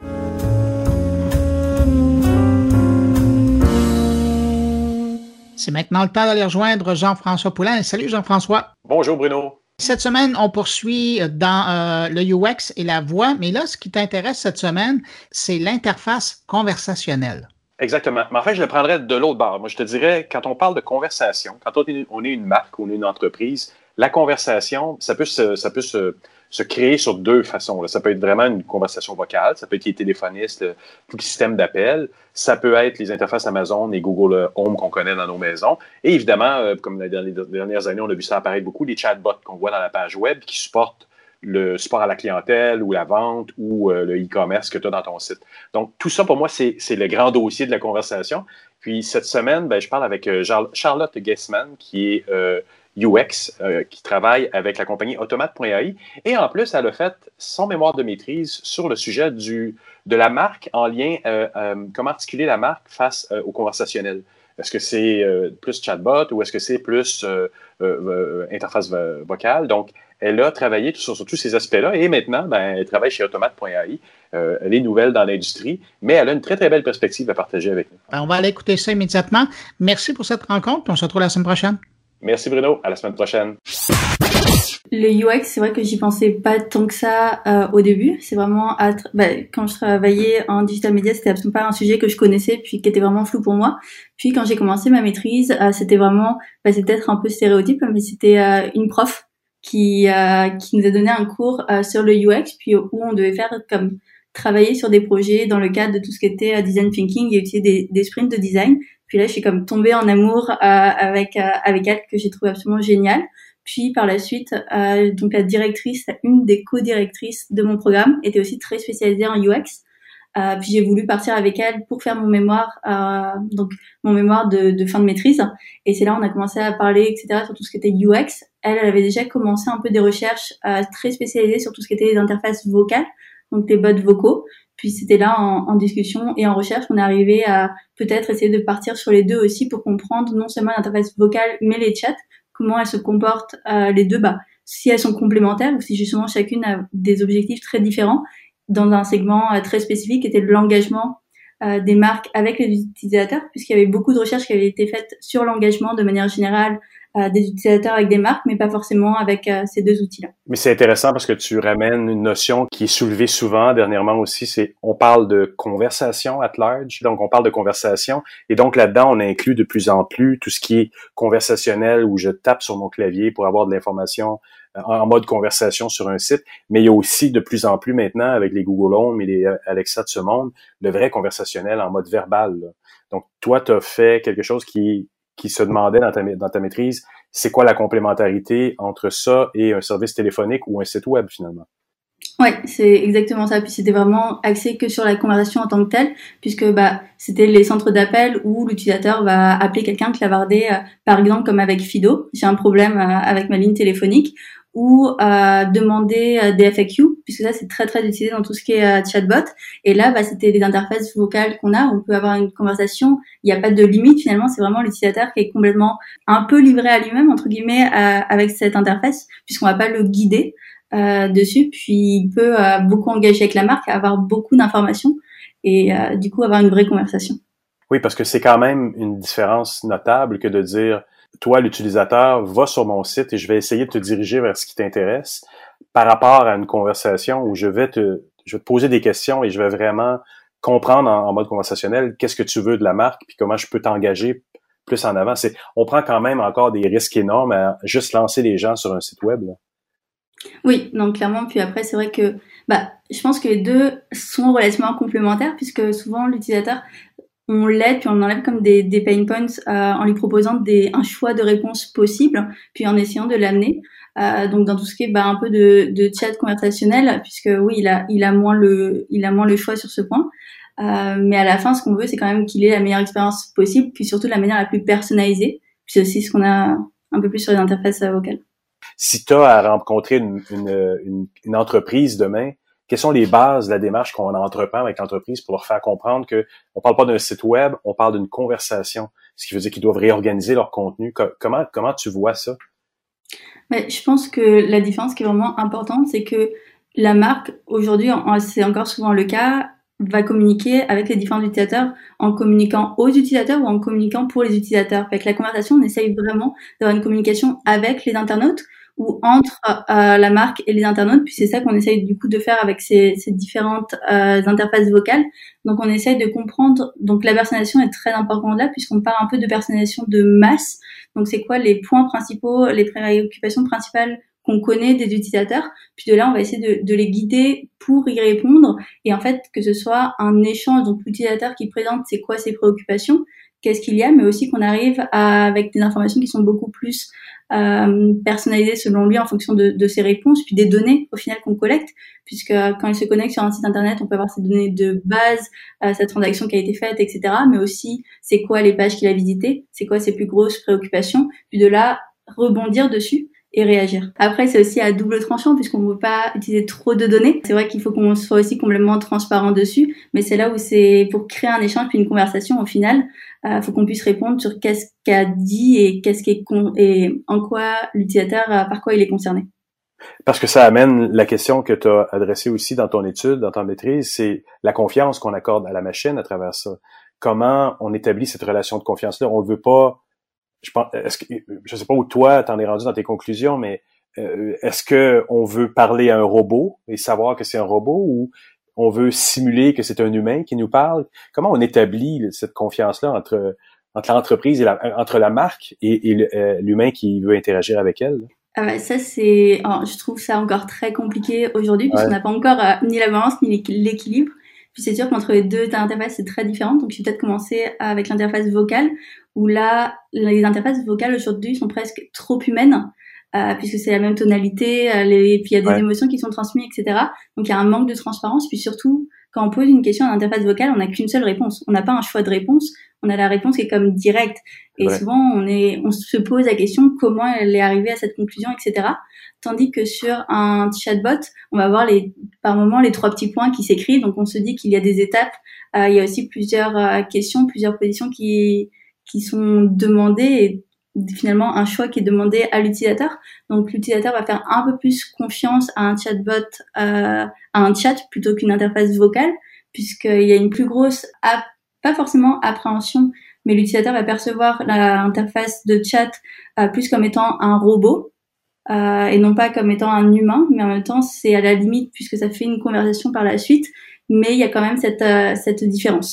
C'est maintenant le temps d'aller rejoindre Jean-François Poulin. Salut Jean-François. Bonjour Bruno. Cette semaine, on poursuit dans euh, le U X et la voix, mais là, ce qui t'intéresse cette semaine, c'est l'interface conversationnelle. Exactement. Mais en fait, je le prendrais de l'autre bord. Moi, je te dirais, quand on parle de conversation, quand on est, on est une marque ou on est une entreprise, la conversation, ça peut se, ça peut se, se créer sur deux façons. Là. Ça peut être vraiment une conversation vocale, ça peut être les téléphonistes, le, tout le système d'appel, ça peut être les interfaces Amazon et Google Home qu'on connaît dans nos maisons. Et évidemment, euh, comme dans les dernières années, on a vu ça apparaître beaucoup, les chatbots qu'on voit dans la page web qui supportent le support à la clientèle ou la vente ou euh, le e-commerce que tu as dans ton site. Donc, tout ça, pour moi, c'est, c'est le grand dossier de la conversation. Puis, cette semaine, ben, je parle avec euh, Charlotte Guessman, qui est euh, U X, euh, qui travaille avec la compagnie Automate point A I. Et en plus, elle a fait son mémoire de maîtrise sur le sujet du, de la marque en lien, euh, euh, comment articuler la marque face euh, au conversationnel. Est-ce que c'est euh, plus chatbot ou est-ce que c'est plus euh, euh, interface vocale? Donc, elle a travaillé sur, sur tous ces aspects-là et maintenant, ben, elle travaille chez Automate point A I. Euh, elle est nouvelle dans l'industrie, mais elle a une très, très belle perspective à partager avec nous. Ben, on va aller écouter ça immédiatement. Merci pour cette rencontre. On se retrouve la semaine prochaine. Merci Bruno. À la semaine prochaine. Le U X, c'est vrai que j'y pensais pas tant que ça euh, au début. C'est vraiment à tra- bah, quand je travaillais en digital media, c'était absolument pas un sujet que je connaissais puis qui était vraiment flou pour moi. Puis quand j'ai commencé ma maîtrise, euh, c'était vraiment, bah, c'est peut-être un peu stéréotype, mais c'était euh, une prof qui euh, qui nous a donné un cours euh, sur le U X, puis où on devait faire comme travailler sur des projets dans le cadre de tout ce qui était euh, design thinking et utiliser des, des sprints de design. Puis là, je suis comme tombée en amour euh, avec euh, avec elle, que j'ai trouvé absolument génial. Puis par la suite, euh, donc la directrice, une des co-directrices de mon programme, était aussi très spécialisée en U X. Euh, puis j'ai voulu partir avec elle pour faire mon mémoire, euh, donc mon mémoire de, de fin de maîtrise. Et c'est là où on a commencé à parler, et cetera, sur tout ce qui était U X. Elle, elle avait déjà commencé un peu des recherches euh, très spécialisées sur tout ce qui était les interfaces vocales, donc les bots vocaux. Puis c'était là en, en discussion et en recherche qu'on est arrivé à peut-être essayer de partir sur les deux aussi pour comprendre non seulement l'interface vocale mais les chats, comment elles se comportent euh, les deux, bah si elles sont complémentaires ou si justement chacune a des objectifs très différents dans un segment euh, très spécifique qui était l'engagement euh, des marques avec les utilisateurs, puisqu'il y avait beaucoup de recherches qui avaient été faites sur l'engagement de manière générale euh, des utilisateurs avec des marques, mais pas forcément avec euh, ces deux outils-là. Mais c'est intéressant parce que tu ramènes une notion qui est soulevée souvent dernièrement aussi, c'est on parle de conversation at large, donc on parle de conversation, et donc là-dedans on inclut de plus en plus tout ce qui est conversationnel où je tape sur mon clavier pour avoir de l'information en, en mode conversation sur un site, mais il y a aussi de plus en plus maintenant, avec les Google Home et les Alexa de ce monde, le vrai conversationnel en mode verbal, là. Donc, toi, tu as fait quelque chose qui qui se demandait dans ta, dans ta maîtrise, c'est quoi la complémentarité entre ça et un service téléphonique ou un site web, finalement? Oui, c'est exactement ça. Puis c'était vraiment axé que sur la conversation en tant que telle, puisque bah c'était les centres d'appel où l'utilisateur va appeler quelqu'un, clavarder, euh, par exemple comme avec Fido, j'ai un problème euh, avec ma ligne téléphonique, ou euh, demander euh, des F A Q, puisque ça c'est très très utilisé dans tout ce qui est euh, chatbot. Et là, bah c'était des interfaces vocales qu'on a, on peut avoir une conversation, il n'y a pas de limite finalement, c'est vraiment l'utilisateur qui est complètement un peu livré à lui-même entre guillemets euh, avec cette interface, puisqu'on va pas le guider. Euh, dessus, puis il peut euh, beaucoup engager avec la marque, avoir beaucoup d'informations et euh, du coup avoir une vraie conversation. Oui, parce que c'est quand même une différence notable que de dire, toi, l'utilisateur, va sur mon site et je vais essayer de te diriger vers ce qui t'intéresse par rapport à une conversation où je vais te, je vais te poser des questions et je vais vraiment comprendre en, en mode conversationnel qu'est-ce que tu veux de la marque puis comment je peux t'engager plus en avant. C'est, on prend quand même encore des risques énormes à juste lancer les gens sur un site web, là. Oui, donc clairement, puis après, c'est vrai que bah, je pense que les deux sont relativement complémentaires puisque souvent l'utilisateur, on l'aide puis on enlève comme des, des pain points euh, en lui proposant des, un choix de réponse possible puis en essayant de l'amener. Euh, donc dans tout ce qui est bah, un peu de, de chat conversationnel puisque oui, il a, il a moins le, il a moins le choix sur ce point. Euh, mais à la fin, ce qu'on veut, c'est quand même qu'il ait la meilleure expérience possible puis surtout de la manière la plus personnalisée. Puis c'est aussi ce qu'on a un peu plus sur les interfaces vocales. Si tu as à rencontrer une, une, une, une entreprise demain, quelles sont les bases de la démarche qu'on entreprend avec l'entreprise pour leur faire comprendre que on parle pas d'un site web, on parle d'une conversation, ce qui veut dire qu'ils doivent réorganiser leur contenu. Comment, comment tu vois ça? Mais je pense que la différence qui est vraiment importante, c'est que la marque, aujourd'hui, c'est encore souvent le cas, va communiquer avec les différents utilisateurs en communiquant aux utilisateurs ou en communiquant pour les utilisateurs. Avec la conversation, on essaye vraiment d'avoir une communication avec les internautes ou entre euh, la marque et les internautes. Puis c'est ça qu'on essaye du coup de faire avec ces, ces différentes euh, interfaces vocales. Donc on essaye de comprendre. Donc la personnalisation est très importante là puisqu'on parle un peu de personnalisation de masse. Donc c'est quoi les points principaux, les préoccupations principales qu'on connaît des utilisateurs, puis de là, on va essayer de, de les guider pour y répondre, et en fait, que ce soit un échange, donc l'utilisateur qui présente c'est quoi ses préoccupations, qu'est-ce qu'il y a, mais aussi qu'on arrive à, avec des informations qui sont beaucoup plus euh, personnalisées selon lui en fonction de, de ses réponses, puis des données au final qu'on collecte, puisque quand il se connecte sur un site internet, on peut avoir ses données de base, euh, sa transaction qui a été faite, et cetera, mais aussi c'est quoi les pages qu'il a visitées, c'est quoi ses plus grosses préoccupations, puis de là, rebondir dessus et réagir. Après, c'est aussi à double tranchant puisqu'on ne veut pas utiliser trop de données. C'est vrai qu'il faut qu'on soit aussi complètement transparent dessus, mais c'est là où c'est pour créer un échange puis une conversation au final, il euh, faut qu'on puisse répondre sur qu'est-ce qu'a dit et qu'est-ce qui est con et en quoi l'utilisateur, euh, par quoi il est concerné. Parce que ça amène la question que tu as adressée aussi dans ton étude, dans ta maîtrise, c'est la confiance qu'on accorde à la machine à travers ça. Comment on établit cette relation de confiance-là? On ne veut pas Je pense, est-ce que, je sais pas où toi t'en es rendu dans tes conclusions, mais euh, est-ce que on veut parler à un robot et savoir que c'est un robot ou on veut simuler que c'est un humain qui nous parle? Comment on établit cette confiance-là entre entre l'entreprise et la, entre la marque et, et l'humain qui veut interagir avec elle? Ah bah ça c'est, alors, je trouve ça encore très compliqué aujourd'hui puisqu'on n'a ouais. pas encore euh, ni la balance ni l'équilibre. Puis c'est sûr qu'entre les deux interfaces, c'est très différent. Donc, je vais peut-être commencer avec l'interface vocale, où là, les interfaces vocales aujourd'hui sont presque trop humaines, euh, puisque c'est la même tonalité, euh, les, puis il y a des ouais. émotions qui sont transmises, et cetera. Donc, il y a un manque de transparence. Puis surtout, quand on pose une question à l'interface vocale, on n'a qu'une seule réponse. On n'a pas un choix de réponse. On a la réponse qui est comme directe. Et ouais. souvent, on est, on se pose la question comment elle est arrivée à cette conclusion, et cetera. Tandis que sur un chatbot, on va voir les, par moment les trois petits points qui s'écrivent. Donc, on se dit qu'il y a des étapes. Euh, il y a aussi plusieurs euh, questions, plusieurs positions qui, qui sont demandées et finalement un choix qui est demandé à l'utilisateur. Donc, l'utilisateur va faire un peu plus confiance à un chatbot, euh, à un chat plutôt qu'une interface vocale, puisqu'il y a une plus grosse, app, pas forcément appréhension, mais l'utilisateur va percevoir l'interface de chat euh, plus comme étant un robot. Euh, et non pas comme étant un humain, mais en même temps c'est à la limite puisque ça fait une conversation par la suite, mais il y a quand même cette euh, cette différence.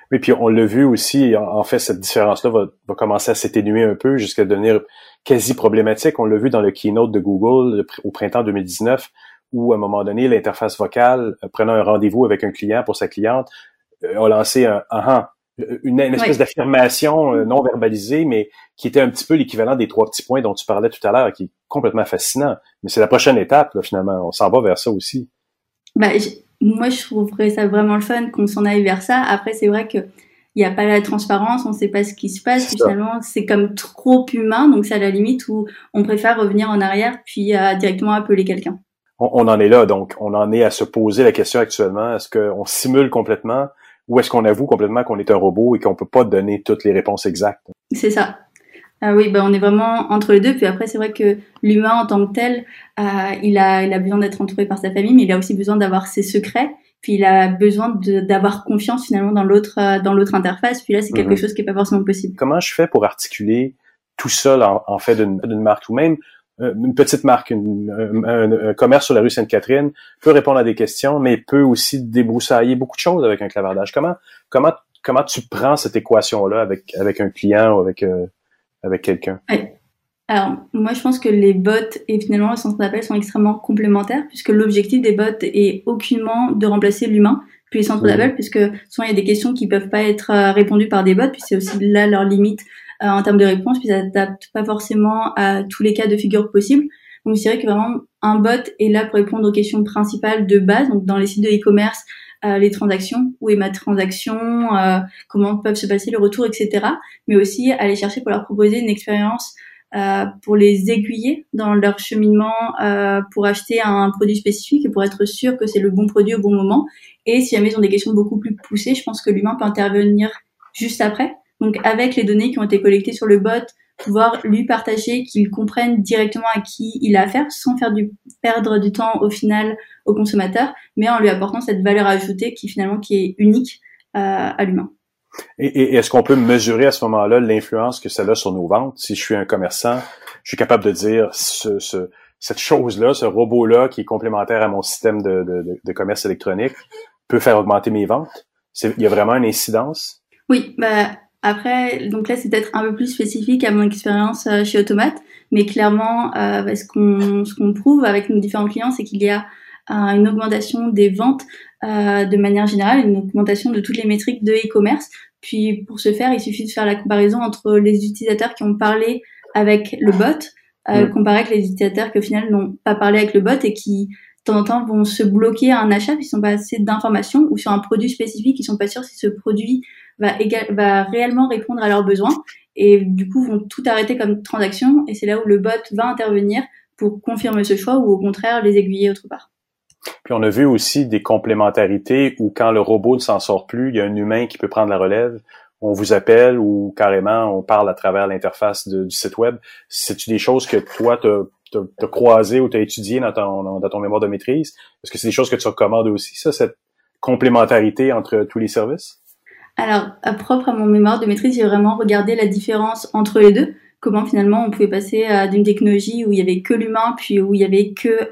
Oui, puis on l'a vu aussi, en, en fait, cette différence-là va, va commencer à s'atténuer un peu jusqu'à devenir quasi problématique. On l'a vu dans le keynote de Google au printemps deux mille dix-neuf, où à un moment donné, l'interface vocale, prenant un rendez-vous avec un client pour sa cliente, a lancé un « ah ». Une, une espèce oui. d'affirmation euh, non verbalisée, mais qui était un petit peu l'équivalent des trois petits points dont tu parlais tout à l'heure, qui est complètement fascinant. Mais c'est la prochaine étape, là, finalement. On s'en va vers ça aussi. Bah, je, moi, je trouverais ça vraiment le fun qu'on s'en aille vers ça. Après, c'est vrai que il n'y a pas la transparence, on ne sait pas ce qui se passe. Puis finalement, c'est comme trop humain, donc c'est à la limite où on préfère revenir en arrière puis euh, directement appeler quelqu'un. On, on en est là, donc on en est à se poser la question actuellement. Est-ce qu'on simule complètement? Ou est-ce qu'on avoue complètement qu'on est un robot et qu'on peut pas donner toutes les réponses exactes? C'est ça. Ah oui, ben on est vraiment entre les deux. Puis après, c'est vrai que l'humain en tant que tel, euh, il a, il a besoin d'être entouré par sa famille, mais il a aussi besoin d'avoir ses secrets. Puis il a besoin de, d'avoir confiance finalement dans l'autre, euh, dans l'autre interface. Puis là, c'est quelque mm-hmm. chose qui est pas forcément possible. Comment je fais pour articuler tout ça en, en fait d'une, d'une marque ou même une petite marque, une, un, un, un commerce sur la rue Sainte-Catherine peut répondre à des questions, mais peut aussi débroussailler beaucoup de choses avec un clavardage. Comment, comment, comment tu prends cette équation-là avec, avec un client ou avec, euh, avec quelqu'un? Ouais. Alors, moi, je pense que les bots et finalement le centre d'appel sont extrêmement complémentaires puisque l'objectif des bots est aucunement de remplacer l'humain puis les centres mmh. d'appel puisque souvent il y a des questions qui peuvent pas être répondues par des bots puis c'est aussi là leur limite Euh, en termes de réponse, puis ça s'adapte pas forcément à tous les cas de figure possibles. Donc, c'est vrai que vraiment, un bot est là pour répondre aux questions principales de base. Donc, dans les sites de e-commerce, euh, les transactions, où est ma transaction, euh, comment peuvent se passer les retours, et cetera. Mais aussi aller chercher pour leur proposer une expérience euh, pour les aiguiller dans leur cheminement euh, pour acheter un produit spécifique et pour être sûr que c'est le bon produit au bon moment. Et si jamais ils ont des questions beaucoup plus poussées, je pense que l'humain peut intervenir juste après. Donc, avec les données qui ont été collectées sur le bot, pouvoir lui partager, qu'il comprenne directement à qui il a affaire, sans faire du, perdre du temps au final au consommateur, mais en lui apportant cette valeur ajoutée qui finalement qui est unique euh, à l'humain. Et, et est-ce qu'on peut mesurer à ce moment-là l'influence que ça a sur nos ventes? Si je suis un commerçant, je suis capable de dire ce, ce, cette chose-là, ce robot-là qui est complémentaire à mon système de, de, de commerce électronique peut faire augmenter mes ventes? C'est, il y a vraiment une incidence? Oui, bah après, donc là, c'est peut-être un peu plus spécifique à mon expérience euh, chez Automate, mais clairement, euh, ce qu'on ce qu'on prouve avec nos différents clients, c'est qu'il y a euh, une augmentation des ventes euh, de manière générale, une augmentation de toutes les métriques de e-commerce. Puis pour ce faire, il suffit de faire la comparaison entre les utilisateurs qui ont parlé avec le bot, euh, mmh. comparé avec les utilisateurs qui au final n'ont pas parlé avec le bot et qui de temps en temps vont se bloquer à un achat s'ils n'ont pas assez d'informations ou sur un produit spécifique, ils sont pas sûrs si ce produit va, égal, va réellement répondre à leurs besoins et du coup vont tout arrêter comme transaction et c'est là où le bot va intervenir pour confirmer ce choix ou au contraire les aiguiller autre part. Puis on a vu aussi des complémentarités où quand le robot ne s'en sort plus, il y a un humain qui peut prendre la relève. On vous appelle ou carrément on parle à travers l'interface de, du site web. C'est-tu des choses que toi t'as t'as, t'as croisé ou t'as étudié dans ton, dans ton mémoire de maîtrise? Est-ce que c'est des choses que tu recommandes aussi, ça, cette complémentarité entre tous les services? Alors, à propre à mon mémoire de maîtrise, j'ai vraiment regardé la différence entre les deux. Comment finalement on pouvait passer à d'une technologie où il y avait que l'humain puis où il y avait que euh,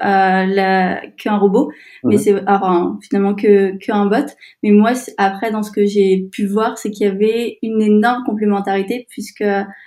la qu'un robot, mmh. mais c'est alors, finalement que qu'un bot. Mais moi après dans ce que j'ai pu voir, c'est qu'il y avait une énorme complémentarité puisque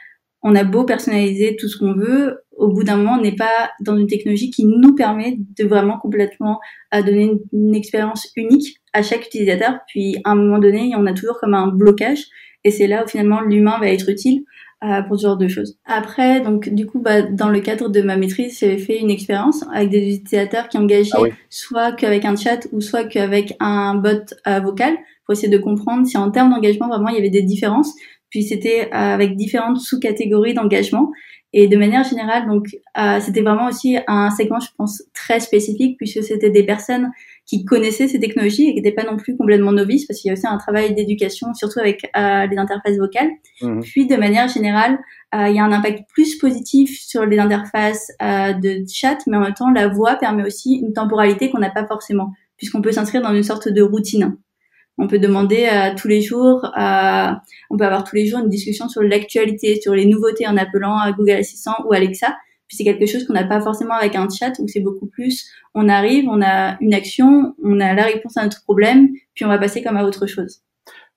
on a beau personnaliser tout ce qu'on veut, au bout d'un moment on n'est pas dans une technologie qui nous permet de vraiment complètement euh, donner une, une expérience unique à chaque utilisateur. Puis à un moment donné, on a toujours comme un blocage et c'est là où finalement l'humain va être utile. Euh, pour ce genre de choses. Après, donc du coup, bah, dans le cadre de ma maîtrise, j'avais fait une expérience avec des utilisateurs qui engageaient ah oui. soit qu'avec un chat ou soit qu'avec un bot euh, vocal pour essayer de comprendre si en termes d'engagement vraiment il y avait des différences. Puis c'était euh, avec différentes sous-catégories d'engagement et de manière générale, donc euh, c'était vraiment aussi un segment, je pense, très spécifique puisque c'était des personnes qui connaissaient ces technologies et qui n'étaient pas non plus complètement novices parce qu'il y a aussi un travail d'éducation, surtout avec euh, les interfaces vocales. Mmh. Puis de manière générale, euh, il y a un impact plus positif sur les interfaces euh, de chat, mais en même temps, la voix permet aussi une temporalité qu'on n'a pas forcément puisqu'on peut s'inscrire dans une sorte de routine. On peut demander euh, tous les jours, euh, on peut avoir tous les jours une discussion sur l'actualité, sur les nouveautés en appelant à Google Assistant ou Alexa. Puis c'est quelque chose qu'on n'a pas forcément avec un chat où c'est beaucoup plus, on arrive, on a une action, on a la réponse à notre problème, puis on va passer comme à autre chose.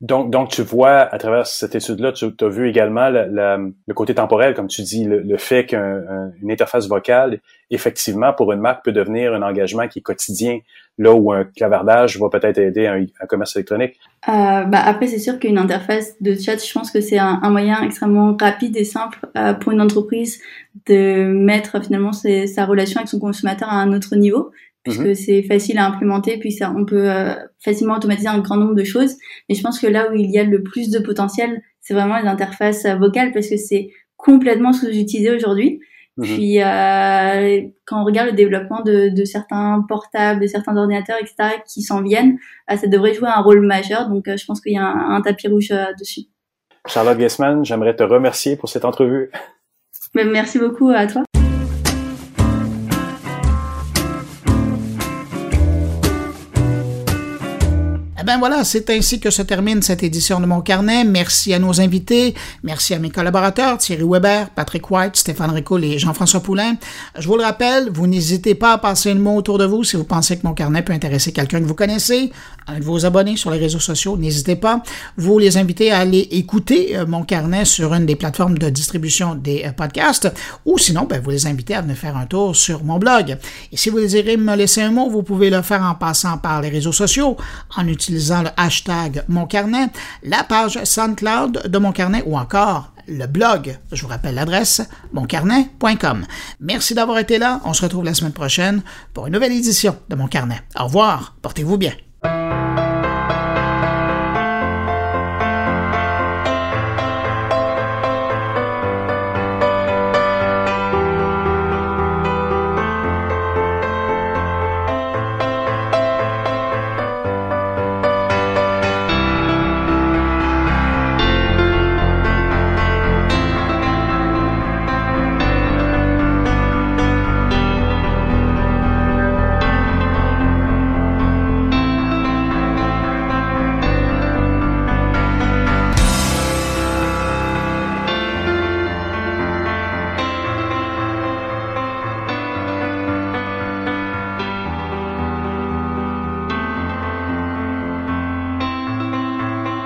Donc, donc, tu vois, à travers cette étude-là, tu as vu également la, la, le côté temporel, comme tu dis, le, le fait qu'une interface vocale, effectivement, pour une marque, peut devenir un engagement qui est quotidien, là où un clavardage va peut-être aider un, un commerce électronique. Euh, bah après, c'est sûr qu'une interface de chat, je pense que c'est un, un moyen extrêmement rapide et simple euh, pour une entreprise de mettre finalement ses, sa relation avec son consommateur à un autre niveau, puisque mm-hmm. c'est facile à implémenter, puis ça, on peut euh, facilement automatiser un grand nombre de choses. Mais je pense que là où il y a le plus de potentiel, c'est vraiment les interfaces euh, vocales, parce que c'est complètement sous-utilisé aujourd'hui. Mmh. Puis euh, quand on regarde le développement de, de certains portables, de certains ordinateurs, et cetera, qui s'en viennent, euh, ça devrait jouer un rôle majeur. Donc euh, je pense qu'il y a un, un tapis rouge euh, dessus. Charlotte Guessman, j'aimerais te remercier pour cette entrevue. Mais merci beaucoup à toi. Ben voilà, c'est ainsi que se termine cette édition de Mon Carnet. Merci à nos invités, merci à mes collaborateurs, Thierry Weber, Patrick White, Stéphane Ricoul et Jean-François Poulain. Je vous le rappelle, vous n'hésitez pas à passer le mot autour de vous si vous pensez que Mon Carnet peut intéresser quelqu'un que vous connaissez, un de vos abonnés sur les réseaux sociaux, n'hésitez pas. Vous les invitez à aller écouter Mon Carnet sur une des plateformes de distribution des podcasts, ou sinon, ben, vous les invitez à venir faire un tour sur mon blog. Et si vous désirez me laisser un mot, vous pouvez le faire en passant par les réseaux sociaux, en utilisant le hashtag Mon Carnet, la page SoundCloud de Mon Carnet ou encore le blog. Je vous rappelle l'adresse mon carnet point com. Merci d'avoir été là. On se retrouve la semaine prochaine pour une nouvelle édition de Mon Carnet. Au revoir. Portez-vous bien.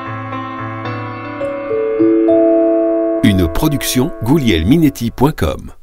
Une production Gouliel Minetti point com.